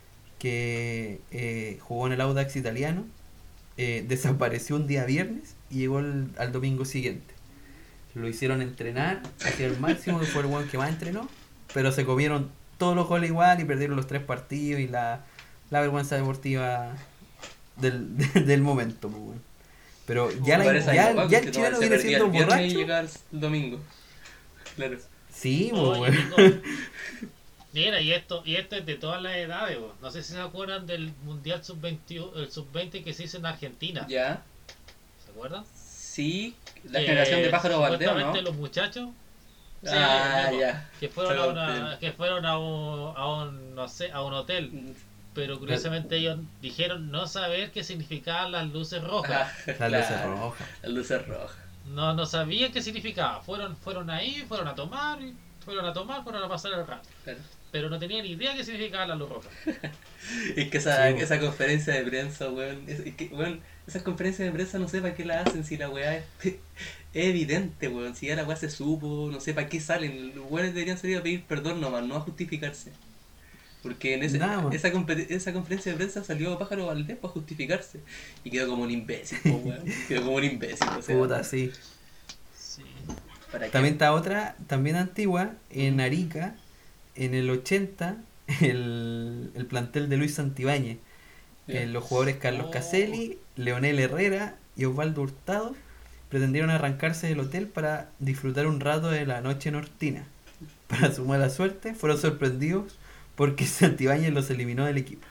que eh, jugó en el Audax italiano, eh, desapareció un día viernes y llegó el- al domingo siguiente. Lo hicieron entrenar hacia el máximo, que fue el weón que más entrenó, pero se comieron todos los goles igual y perdieron los tres partidos y la, la vergüenza deportiva del, del momento, pues, weón. Pero ya, la, Parece ya, algo, ya que el no, chileno se viene perdía siendo el viernes y borracho. llegaba el domingo. Claro. Sí, pues, Oye, weón. Nico, mira, y esto, y esto es de todas las edades, bo. No sé si se acuerdan del Mundial sub veinte, el sub veinte que se hizo en Argentina. Ya. ¿Se acuerdan? Sí, la Que generación de pájaro baldeo, supuestamente ¿no? los muchachos sí, Ah, mismo, ya. que fueron a Pájaro una, baldeo. que fueron a un, a un no sé, a un hotel, pero curiosamente ellos dijeron no saber qué significaban las luces rojas. Ah, Las luces claro, rojas. Las luces rojas. No, no sabían qué significaba. Fueron, fueron ahí, fueron a tomar, y fueron a tomar, fueron a pasar el rato. Claro. Pero no tenían ni idea qué significaba la luz roja. Es que esa, Sí, esa conferencia de prensa, weón, es, es que, weón, esas conferencias de prensa no sé para qué la hacen si la weá es, es evidente, weón, si ya la weá se supo, no sé para qué salen, los weones deberían salir a pedir perdón nomás, no a justificarse. Porque en ese, Nada más. esa, compet- esa conferencia de prensa salió Pájaro Valdés para justificarse. Y quedó como un imbécil, po, weón. Quedó como un imbécil, o sea. Puta, sí. Sí. ¿para qué? También está otra, también antigua, en Arica, en el ochenta, el, el plantel de Luis Santibáñez. Ya. Eh, los jugadores Carlos Oh. Caselli, Leonel Herrera y Osvaldo Hurtado pretendieron arrancarse del hotel para disfrutar un rato de la noche nortina. Para su mala suerte, fueron sorprendidos porque Santibáñez los eliminó del equipo.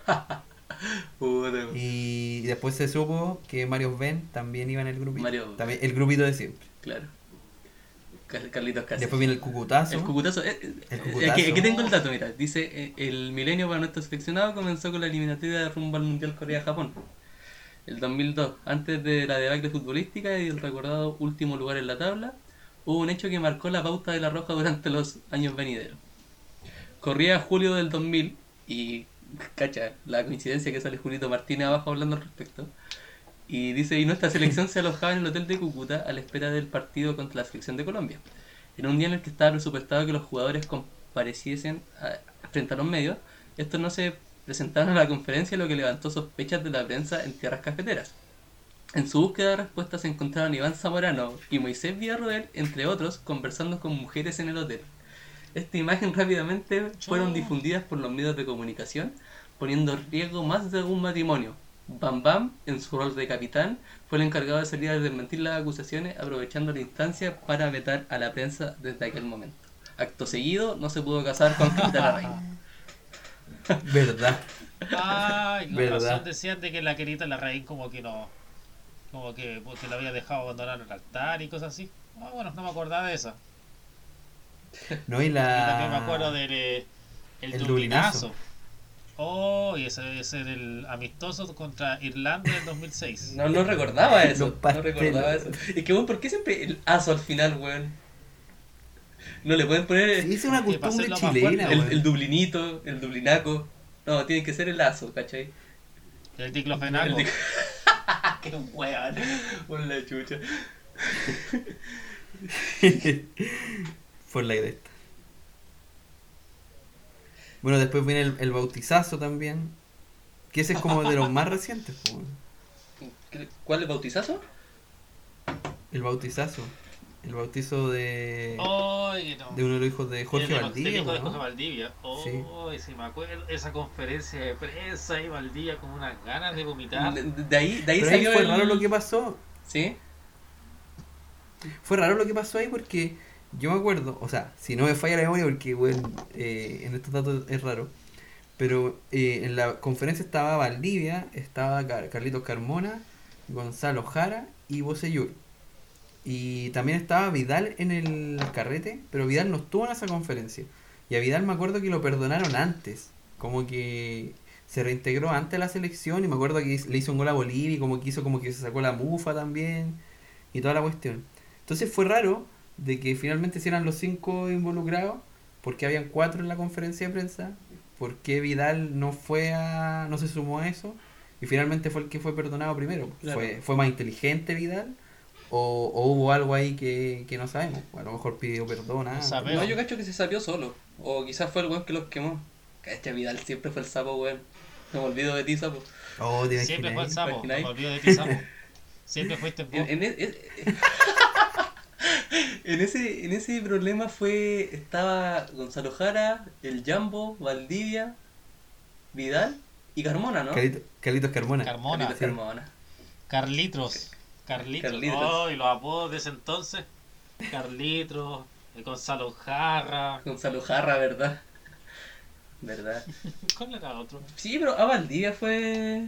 Puta, weón. Y después se supo que Mario Ben también iba en el grupito. Mario- También, el grupito de siempre. Claro. Car- Carlitos Cáceres. Después viene el Cucutazo. El cucutazo. eh, eh, El eh, cucutazo. Aquí, aquí tengo el dato, mira. Dice: eh, el milenio para nuestro seleccionado comenzó con la eliminatoria de rumbo al Mundial Corea-Japón. El dos mil dos, antes de la debacle futbolística y el recordado último lugar en la tabla, hubo un hecho que marcó la pauta de la Roja durante los años venideros. Corría julio del dos mil y, cacha, la coincidencia que sale Julito Martínez abajo hablando al respecto. Y dice, y nuestra selección se alojaba en el hotel de Cúcuta a la espera del partido contra la selección de Colombia. En un día en el que estaba presupuestado que los jugadores compareciesen a- frente a los medios, estos no se presentaron a la conferencia, lo que levantó sospechas de la prensa en tierras cafeteras. En su búsqueda de respuestas se encontraron Iván Zamorano y Moisés Villarroel, entre otros, conversando con mujeres en el hotel. Esta imagen rápidamente fueron difundidas por los medios de comunicación, poniendo en riesgo más de un matrimonio. Bam Bam, en su rol de capitán, fue el encargado de salir a desmentir las acusaciones, aprovechando la instancia para vetar a la prensa desde aquel momento. Acto seguido, no se pudo casar con Capitán Larraín. Verdad. Ay, con Verdad. razón decían de que la querida la raíz como que no, como que porque la había dejado abandonar el altar y cosas así. Ah, bueno, no me acordaba de eso. No, y Y también me la. acuerdo del eh, el, el dublinazo. Oh, y ese es el amistoso contra Irlanda del dos mil seis. No, no recordaba eso. Los No pasteles. recordaba eso. Es que, weón, ¿por qué siempre el aso al final, weón? No le pueden poner Sí, es una Que para costumbre hacerlo más chilena, fuerte, el, weón. el dublinito, el dublinaco. No, tiene que ser el aso, ¿cachai? El diclofenaco. El di- ¡Qué weón! Por la chucha. Por la idea. Bueno, después viene el, el bautizazo también. Que ese es como de los más recientes, po, weón. ¿Qué- ¿Cuál es bautizazo? El bautizazo. El bautizo de, Ay, no. de uno de los hijos de Jorge El de- Valdivia, del hijo de ¿no? Jorge Valdivia. Sí. Oh, sí me acuerdo. Esa conferencia de prensa y Valdivia con unas ganas de vomitar. De, de ahí, de ahí Pero ahí salió fue el... raro lo que pasó. ¿Sí? Fue raro lo que pasó ahí porque yo me acuerdo, o sea, si no me falla la memoria porque, bueno, eh, en estos datos es raro, pero eh, en la conferencia estaba Valdivia, estaba Car- Carlitos Carmona, Gonzalo Jara y Bocellur. Y también estaba Vidal en el carrete, pero Vidal no estuvo en esa conferencia. Y a Vidal me acuerdo que lo perdonaron antes, como que se reintegró antes de la selección y me acuerdo que le hizo un gol a Bolivia y como que hizo como que se sacó la mufa también y toda la cuestión. Entonces fue raro de que finalmente si eran los cinco involucrados, porque habían cuatro en la conferencia de prensa, porque Vidal no fue a, no se sumó a eso y finalmente fue el que fue perdonado primero. Claro. Fue, fue más inteligente Vidal o, o hubo algo ahí que, que no sabemos. A lo mejor pidió perdón. No antes. sabemos. No, yo cacho que se sapió solo. O quizás fue el weón que los quemó. Cacha, Vidal siempre fue el sapo, weón. No me olvido de ti, sapo. Oh, te Siempre fue el imaginas. sapo. imagináis? Me olvido de ti, sapo. Siempre fuiste vos. En, en, en- en ese, en ese problema fue. Estaba Gonzalo Jara, el Jambo, Valdivia, Vidal y Carmona, ¿no? Carlito- Carlitos Carmona. Carmona. Carlitos sí. Carmona. Carlitos. Carlitos. Carlitos. Oh, y los apodos de ese entonces. Carlitos, el Gonzalo Jarra. Gonzalo Jarra, ¿verdad? ¿Verdad? ¿Cuál era otro? Sí, pero a Valdivia fue.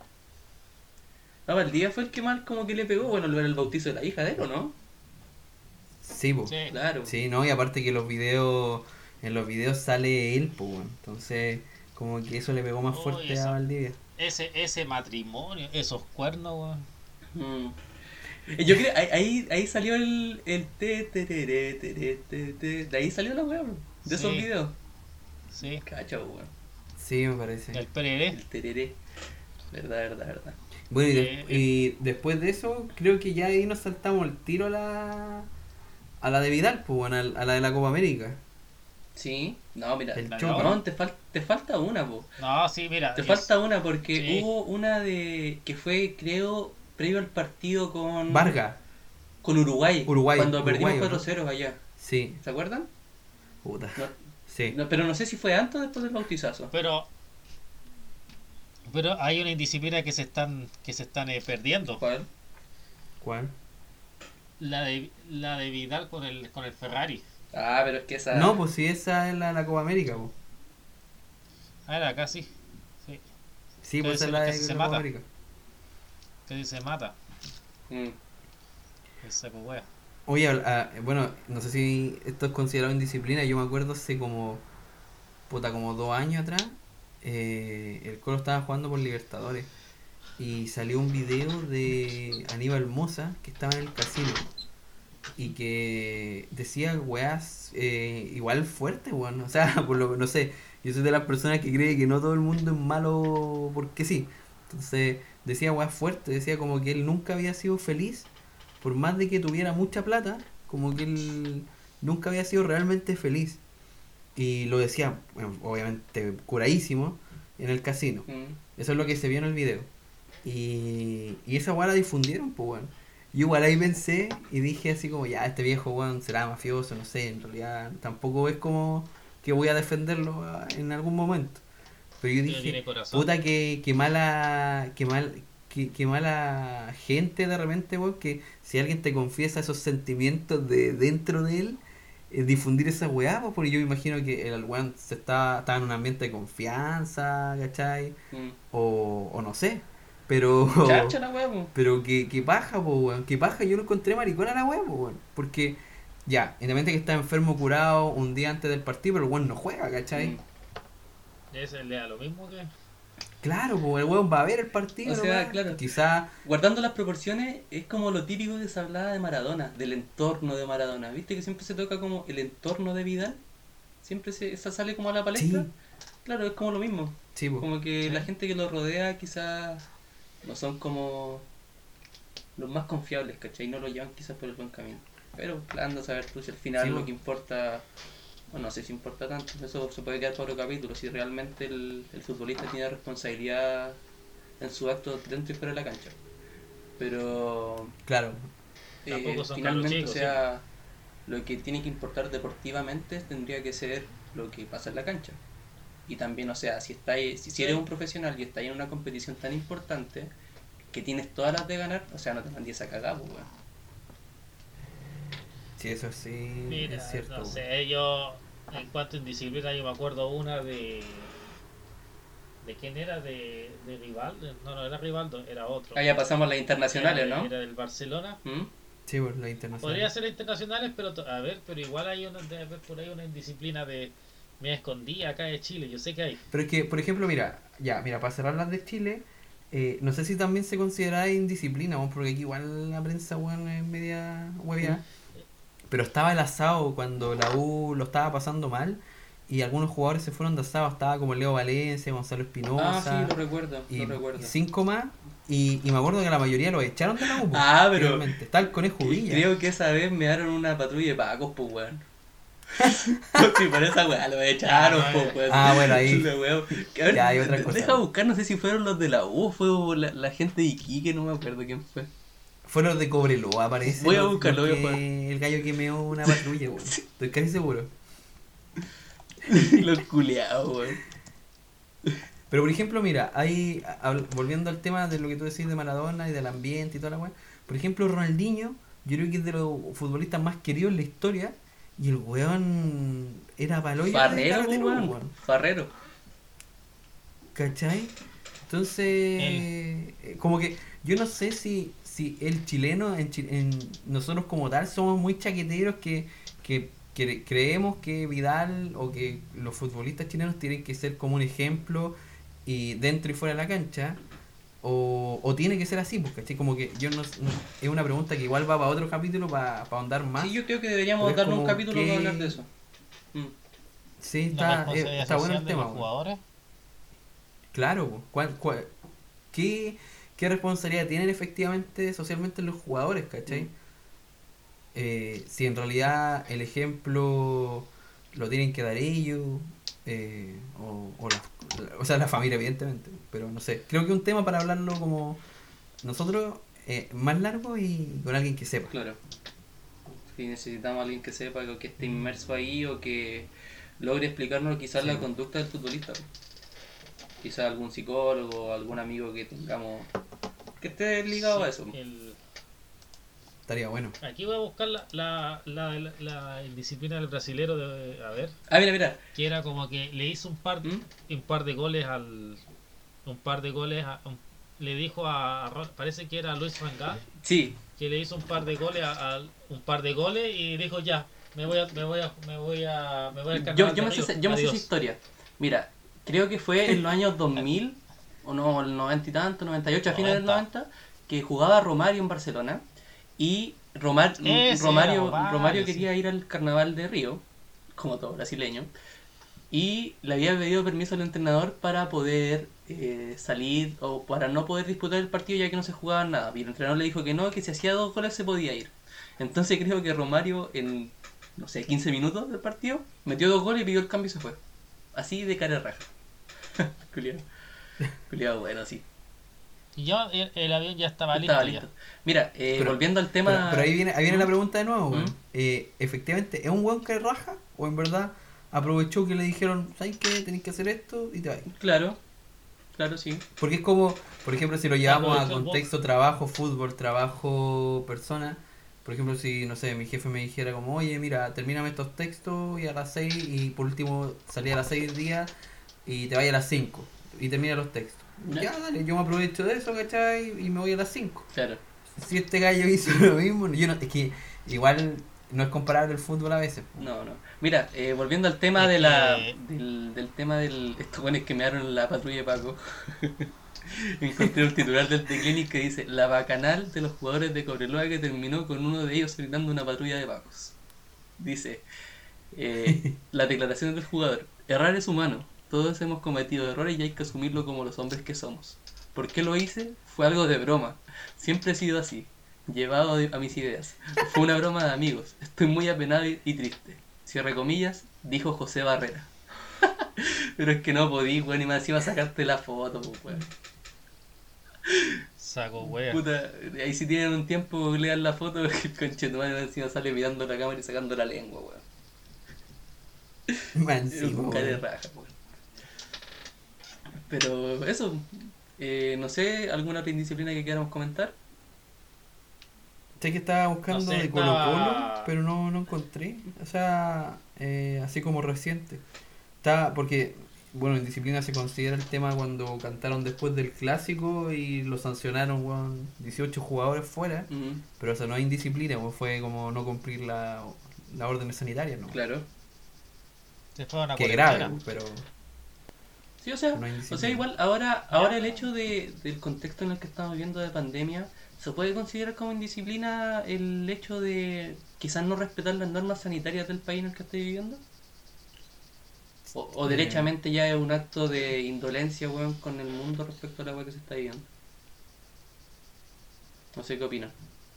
A Valdivia fue el que más como que le pegó. Bueno, lo era el bautizo de la hija de él, ¿o no? Sí, po. Sí. Claro. Sí, no, y aparte que los videos, en los videos sale él, pues, bueno. Entonces, como que eso le pegó más Uy, fuerte eso. a Valdivia. Ese, ese matrimonio, esos cuernos, weón. Mm. Eh, Yo creo, ahí, ahí, ahí salió el, el te, te, te, te, te, te, te, de ahí salió la weá, bro, de esos Sí. videos. Sí. Cacha, weón. Sí, me parece. El pereré. El tereré. Verdad, verdad, verdad. Bueno, y, de- Eh, y después de eso, creo que ya ahí nos saltamos el tiro a la a la de Vidal, pues, bueno, a, a la de la Copa América. Sí, no, mira, El La Choco. no, te, fal- te falta una, po. No, sí, mira. Te es- falta una porque Sí. hubo una de que fue, creo, previo al partido con Vargas, con Uruguay, Uruguay, cuando perdimos Uruguay, ¿o no? cuatro cero allá. sí, ¿Se acuerdan? puta. No, Sí. no, pero no sé si fue antes o después del bautizazo. Pero. Pero hay una indisciplina que se están que se están eh, perdiendo. ¿Cuál? ¿Cuál? La de la de Vidal con el con el Ferrari. Ah, pero es que esa. No, pues sí, esa es la, la Copa América, pues. Ah, era acá sí. Sí. Sí, Pero pues esa ese es la que de se la Copa mata. América. Que se mata. Mm. Esa pues wea. Oye, ah, bueno, no sé si esto es considerado indisciplina. Yo me acuerdo hace como, puta, como dos años atrás, eh, el Colo estaba jugando por Libertadores y salió un video de Aníbal Moza que estaba en el casino y que decía weas eh, igual fuerte, weón. O sea, por lo no sé, yo soy de las personas que cree que no todo el mundo es malo porque sí. Entonces decía weas fuertes, decía como que él nunca había sido feliz por más de que tuviera mucha plata, como que él nunca había sido realmente feliz. Y lo decía, bueno, obviamente curadísimo, en el casino. Mm. Eso es lo que se vio en el video. Y, y esa weá la difundieron, pues bueno. Yo igual ahí pensé y dije así como, ya, este viejo weón será mafioso, no sé, en realidad tampoco es como que voy a defenderlo ah, en algún momento. Pero yo Pero dije, tiene corazón. puta que, que mala, que mal, que, que mala gente de repente, weón, que si alguien te confiesa esos sentimientos de dentro de él, eh, difundir esa weá, pues, porque yo me imagino que el weón se está, estaba en un ambiente de confianza, ¿cachai? Mm. O, o no sé, pero... Chacha la weá, po. Pero que, que paja, po, weón. Que paja, yo lo encontré maricona la weón, po, weón. Porque, ya, independientemente que está enfermo curado un día antes del partido, pero el weón no juega, ¿cachai? Mm. Ese le da lo mismo que. Claro, pues el weón va a ver el partido. O sea, nomás. claro. Quizá, Guardando las proporciones, es como lo típico que se hablaba de Maradona, del entorno de Maradona. ¿Viste que siempre se toca como el entorno de Vidal? Siempre se, esa sale como a la palestra. Sí. Claro, es como lo mismo. sí, po. Como que Sí. la gente que lo rodea quizás no son como los más confiables, ¿cachai? No lo llevan quizás por el buen camino. Pero anda a saber tú si al final Sí, lo po. que importa o no sé si importa tanto, eso se puede quedar para otro capítulo, si realmente el, el futbolista tiene responsabilidad en su acto dentro y fuera de la cancha. Pero Claro. eh, Tampoco son finalmente, cabros o chicos, sea, lo que tiene que importar deportivamente tendría que ser lo que pasa en la cancha. Y también, o sea, si está ahí- si, si eres un profesional y estás en una competición tan importante que tienes todas las de ganar, o sea, no te mandes a cagar, pues, weón. Sí, eso sí Mira, es cierto. no weón. sé, yo en cuanto a indisciplina yo me acuerdo una de... ¿De quién era? ¿De, de Rivaldo? No, no era Rivaldo, era otro. Ah, ya pasamos a las internacionales, Era- ¿no? Era del Barcelona. ¿Mm? Sí, por la internacional. Podría ser internacionales, pero to- a ver, pero igual hay una, debe haber por ahí una indisciplina de me escondí acá de Chile, yo sé que hay. Pero es que, por ejemplo, mira, ya, mira, para cerrar las de Chile, eh, no sé si también se considera indisciplina, weón, porque aquí igual la prensa, weón, es media huevia. Pero estaba el asado cuando la U lo estaba pasando mal y algunos jugadores se fueron de asado, estaba como Leo Valencia, Gonzalo Ah, Espinosa sí, lo recuerdo, y, lo recuerdo. y cinco más. Y, y me acuerdo que la mayoría los echaron de la U. po, Ah, pero- finalmente. Está el Conejo Y Villa. creo que esa vez me dieron una patrulla de pacos, pues, weón. Sí, por esa weá lo echaron, Ah, pues, weón. ah, bueno, ahí. La weá. Que, a ver, Ya hay otra cosa. Deja buscar, no sé si fueron los de la U o fue la, la gente de Iquique, no me acuerdo quién fue. Fue los de Cobreloa, parece. Voy a los- buscarlo, los voy a que- El gallo que meó una patrulla, weón. Estoy casi seguro. Los culeados, weón. Pero por ejemplo, mira, hay habl- volviendo al tema de lo que tú decís de Maradona y del ambiente y toda la weá. Por ejemplo, Ronaldinho, yo creo que es de los futbolistas más queridos en la historia. Y el weón era paloyo de Farrero, pues, carretero, weón. weón. Farrero. ¿Cachai? Entonces, eh, como que yo no sé si, si el chileno, en, Chi- en nosotros como tal, somos muy chaqueteros que, que, que creemos que Vidal o que los futbolistas chilenos tienen que ser como un ejemplo y dentro y fuera de la cancha. O, o tiene que ser así, pues, ¿cachai? Como que yo no, no- es una pregunta que igual va para otro capítulo, para, para ahondar más. Sí, yo creo que deberíamos Pero es darnos un como capítulo que- para hablar de eso. Mm. Sí, La está, responsabilidad eh, está bueno social el de tema. los weón. jugadores. Claro, po. ¿Cuál, cuál- qué, ¿qué responsabilidad tienen efectivamente socialmente los jugadores, cachai? Mm. Eh, si en realidad el ejemplo lo tienen que dar ellos, eh, o, o, la, la- o sea, la familia, evidentemente, pero no sé. Creo que es un tema para hablarlo como nosotros, eh, más largo y con alguien que sepa. Claro. Si necesitamos a alguien que sepa, o que esté inmerso ahí o que logre explicarnos quizás Sí. la conducta del futbolista. Quizás algún psicólogo, algún amigo que tengamos que esté ligado a eso. El- Estaría bueno. aquí voy a buscar la, la, la, la, la indisciplina del brasilero de, a ver, Ah, mira, mira. que era como que le hizo un par ¿Mm? un par de goles al un par de goles a- un- le dijo a, a Ro- parece que era Luis Vangal Sí, que le hizo un par de goles a, a- un par de goles y dijo ya me voy a me voy a me voy a me voy al yo, carnaval yo de me sé, Río. yo me sé esa Adiós. historia. Mira, creo que fue en los años dos mil, o no, el noventa y tanto, noventa y ocho, a finales del noventa. noventa, que jugaba Romario en Barcelona y Romar- Ese Romario, era Romario, Romario sí. quería ir al carnaval de Río, como todo brasileño, y le había pedido permiso al entrenador para poder eh, salir o para no poder disputar el partido ya que no se jugaba nada. Y el entrenador le dijo que no, que si hacía dos goles se podía ir. Entonces creo que Romario en, no sé, quince minutos del partido, metió dos goles y pidió el cambio y se fue. Así de cara raja. Culiado. Culiado bueno, sí. Y ya el, el avión ya estaba listo, Estaba ya. listo. Mira, eh, Pero- volviendo al tema... Pero, pero ahí viene, ahí viene la ¿Mm? pregunta de nuevo, weón. ¿Mm? Eh, efectivamente, ¿es un weón que raja? ¿O en verdad aprovechó que le dijeron, ¿sabes qué? Tenés que hacer esto y te vas? Claro, claro, sí. Porque es como, por ejemplo, si lo llevamos a Aprovechó el contexto trabajo, fútbol, trabajo, persona. Por ejemplo, si, no sé, mi jefe me dijera como, oye, mira, termíname estos textos y a las seis y por último salí a las seis días y te vayas a las cinco y termina los textos. Ya. Ya, dale, yo me aprovecho de eso, ¿cachai? Y me voy a las cinco. Claro. Si este gallo hizo lo mismo, yo no, es que igual no es comparable el fútbol a veces. po. No, no. Mira, eh, volviendo al tema Es de la, que- del, del tema del... Estos buenos que me dieron la patrulla de Paco. Encontré un titular del The Clinic que dice: la bacanal de los jugadores de Cobreloa que terminó con uno de ellos gritando una patrulla de Pacos. Dice, eh, la declaración del jugador: errar es humano, todos hemos cometido errores y hay que asumirlo como los hombres que somos. ¿Por qué lo hice? Fue algo de broma, siempre he sido así, llevado a mis ideas. Fue una broma de amigos, estoy muy apenado y, y triste. Cierre comillas, dijo José Barrera. Pero es que no podí, weón, y más encima sacarte la foto, pues, weón. Saco wea. Puta, ahí si tienen un tiempo lean la foto, el conchetumare encima sale mirando la cámara y sacando la lengua, weón. Man, Es sí, un cara de weón. raja, weón. Pero eso, eh, no sé, ¿alguna otra indisciplina que queramos comentar? Sé que estaba buscando No sé, de Colo Colo, estaba- pero no, no encontré. O sea, eh, así como reciente. Está, porque, bueno, en disciplina se considera el tema cuando cantaron después del clásico y lo sancionaron, weón, dieciocho jugadores fuera. Ujú, Pero eso no hay indisciplina, weón, fue como no cumplir la, la orden sanitaria, ¿no? claro. Se fue a una Que cuarentena. grave, weón, pero Sí, o sea, no hay o indisciplina. sea, igual ahora, ahora el hecho de, del contexto en el que estamos viviendo de pandemia, ¿se puede considerar como indisciplina el hecho de quizás no respetar las normas sanitarias del país en el que estoy viviendo? O, o Eh. derechamente ya es un acto de indolencia, weón, con el mundo respecto a la weá que se está viviendo. No sé qué opinan.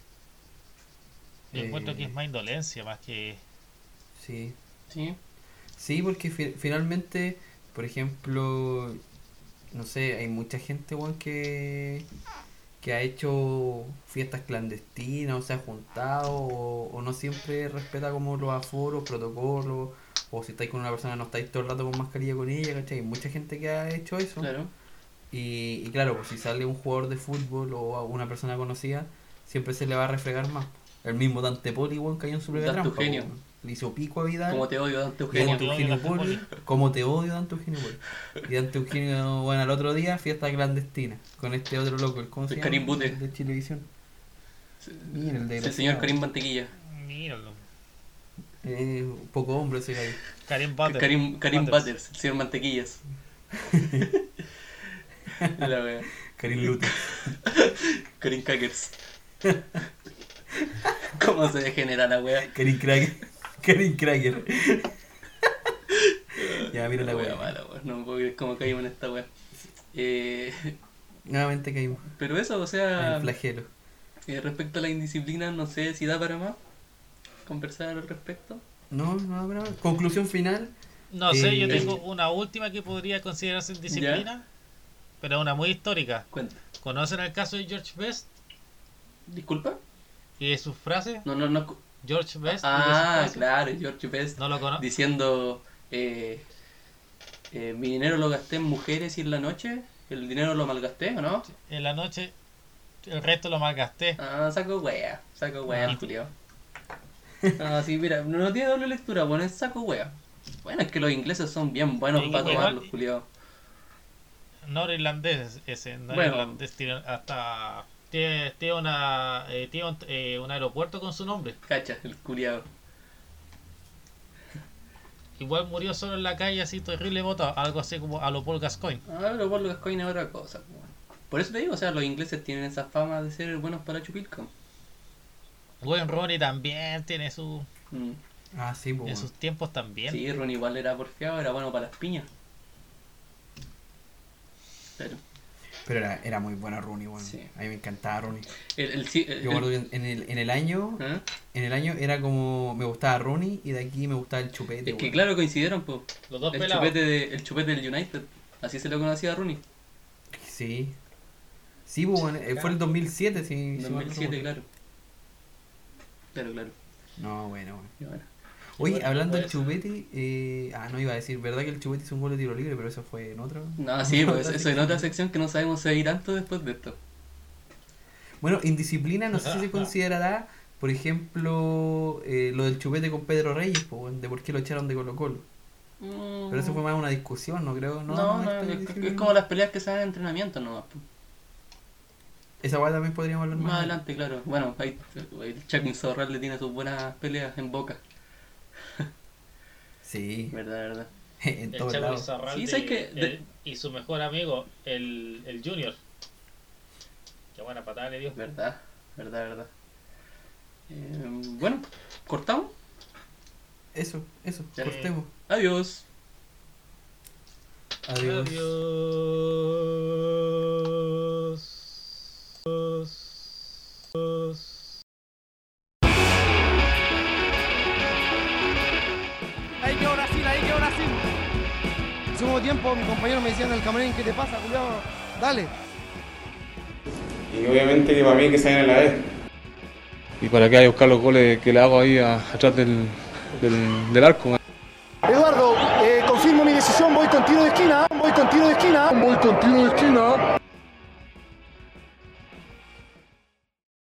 Yo Eh. encuentro que es más indolencia, más que. sí. ¿Sí? Sí, porque fi- finalmente, por ejemplo, no sé, hay mucha gente, weón, que, que ha hecho fiestas clandestinas, o se ha juntado, o, o no siempre respeta como los aforos, protocolos, o si estáis con una persona no estáis todo el rato con mascarilla con ella, ¿cachai? Hay mucha gente que ha hecho eso. Claro. Y, y claro, pues si sale un jugador de fútbol o a una persona conocida, siempre se le va a refregar más. El mismo Dante Poli, weón, cayó en su propia Dante trampa, Eugenio. weón. Le hizo pico a Vidal. Como te odio, Dante Y Eugenio. Dante Como te Eugenio odio, Dante Poli, como te odio, Dante Eugenio Poli. Y Dante Eugenio, bueno, al otro día, fiesta clandestina. Con este otro loco, el ¿cómo se El llama? Karim Bute. El de Chilevisión. Mira, el de El señor Karim Mantequilla. Míralo. Eh, un poco hombre ese gallo. Karim Butter. Karim, Karim Butters. Butters, el señor Mantequillas. La wea. Karim Lute. Karim Crackers. ¿Cómo se degenera la wea? Karim Cracker. Karim Cracker. Ya, mira la wea wea. mala, wea. No puedo creer cómo caímos en esta wea. Eh, Nuevamente caímos. pero eso, o En sea, el flagelo. eh, respecto a la indisciplina, no sé si da para más conversar al respecto. No, no, pero conclusión final. No sé, yo Eh, tengo una última que podría considerarse disciplina, pero una muy histórica. Cuenta. ¿Conocen el caso de George Best ¿Disculpa? y de sus frases? No, no, no. George Best y de sus Ah, frases. claro, George Best ¿No lo conozco? diciendo eh, eh, mi dinero lo gasté en mujeres y en la noche, el dinero lo malgasté, ¿o no? En la noche, el resto lo malgasté. Ah, saco wea, saco wea, Ah. el culiao. Ah, sí, mira, no tiene doble lectura, bueno, es saco wea. Bueno, es que los ingleses son bien buenos Sí, para igual- tomar los culiados. No era irlandés ese, no Bueno. era irlandés, tiene hasta tiene, tiene una eh, tiene un, eh, un aeropuerto con su nombre. Cacha, el culiado. Igual murió solo en la calle así terrible botado, algo así como a lo Paul Gascoigne. Ah, pero por lo Gascoigne es otra cosa. po. Por eso te digo, o sea, los ingleses tienen esa fama de ser buenos para chupilco. Wayne Rooney también tiene su Mm. Ah, sí, pues. en sus tiempos también. Sí, Ron igual era porfiado, era bueno para las piñas. Pero Pero era, era muy buena Rooney, weón. Sí. A mí me encantaba Rooney. el, el, sí- el- Yo me acuerdo que en el, en el año, ¿eh? en el año era como me gustaba Rooney y de aquí me gustaba el chupete. Es que weón. claro coincidieron, pues. Los dos El pelados. chupete, de, el chupete del United. Así se lo conocía a Rooney. Sí. Sí, pues, weón, eh, fue el dos mil siete, sí. En sí dos me mil siete, acuerdo. claro. Claro, claro. No, bueno, weón. Y bueno. Oye, Igual hablando del puede ser. chupete, eh, ah, no iba a decir, ¿verdad que el chupete hizo un gol de tiro libre? Pero eso fue en otro. No, sí, pues otra eso en otra sección. sección que no sabemos si hay tanto después de esto. Bueno, indisciplina, no sé si se considerará, por ejemplo, eh, lo del chupete con Pedro Reyes, pues, weón, de por qué lo echaron de Colo Colo. Pero eso fue más una discusión, no creo. No, No, no, esta es, indisciplina. es como las peleas que se dan en entrenamiento nomás. po. Esa guay también podríamos hablar más. Más adelante, claro. Bueno, ahí el Chuck Zorral le tiene sus buenas peleas en Boca. Sí, Verdad, verdad. en El todos Chaco lados. Bizarralde Sí, ¿sabes qué? De- el- y su mejor amigo, el, el Junior. Qué buena patada le dio. Verdad, verdad, verdad. Eh, bueno, ¿cortamos? Eso, eso, Ya. cortemos. Adiós. Adiós. Adiós. Señoras y segundo tiempo mis compañeros me decían en el camarín, ¿qué te pasa, Julián? Dale. Y obviamente que para mí que se en la vez. Y para qué hay que buscar los goles que le hago ahí a- atrás del, del, del arco. Eduardo, eh, confirmo mi decisión, voy con tiro de esquina, voy con tiro de esquina, voy con tiro de esquina.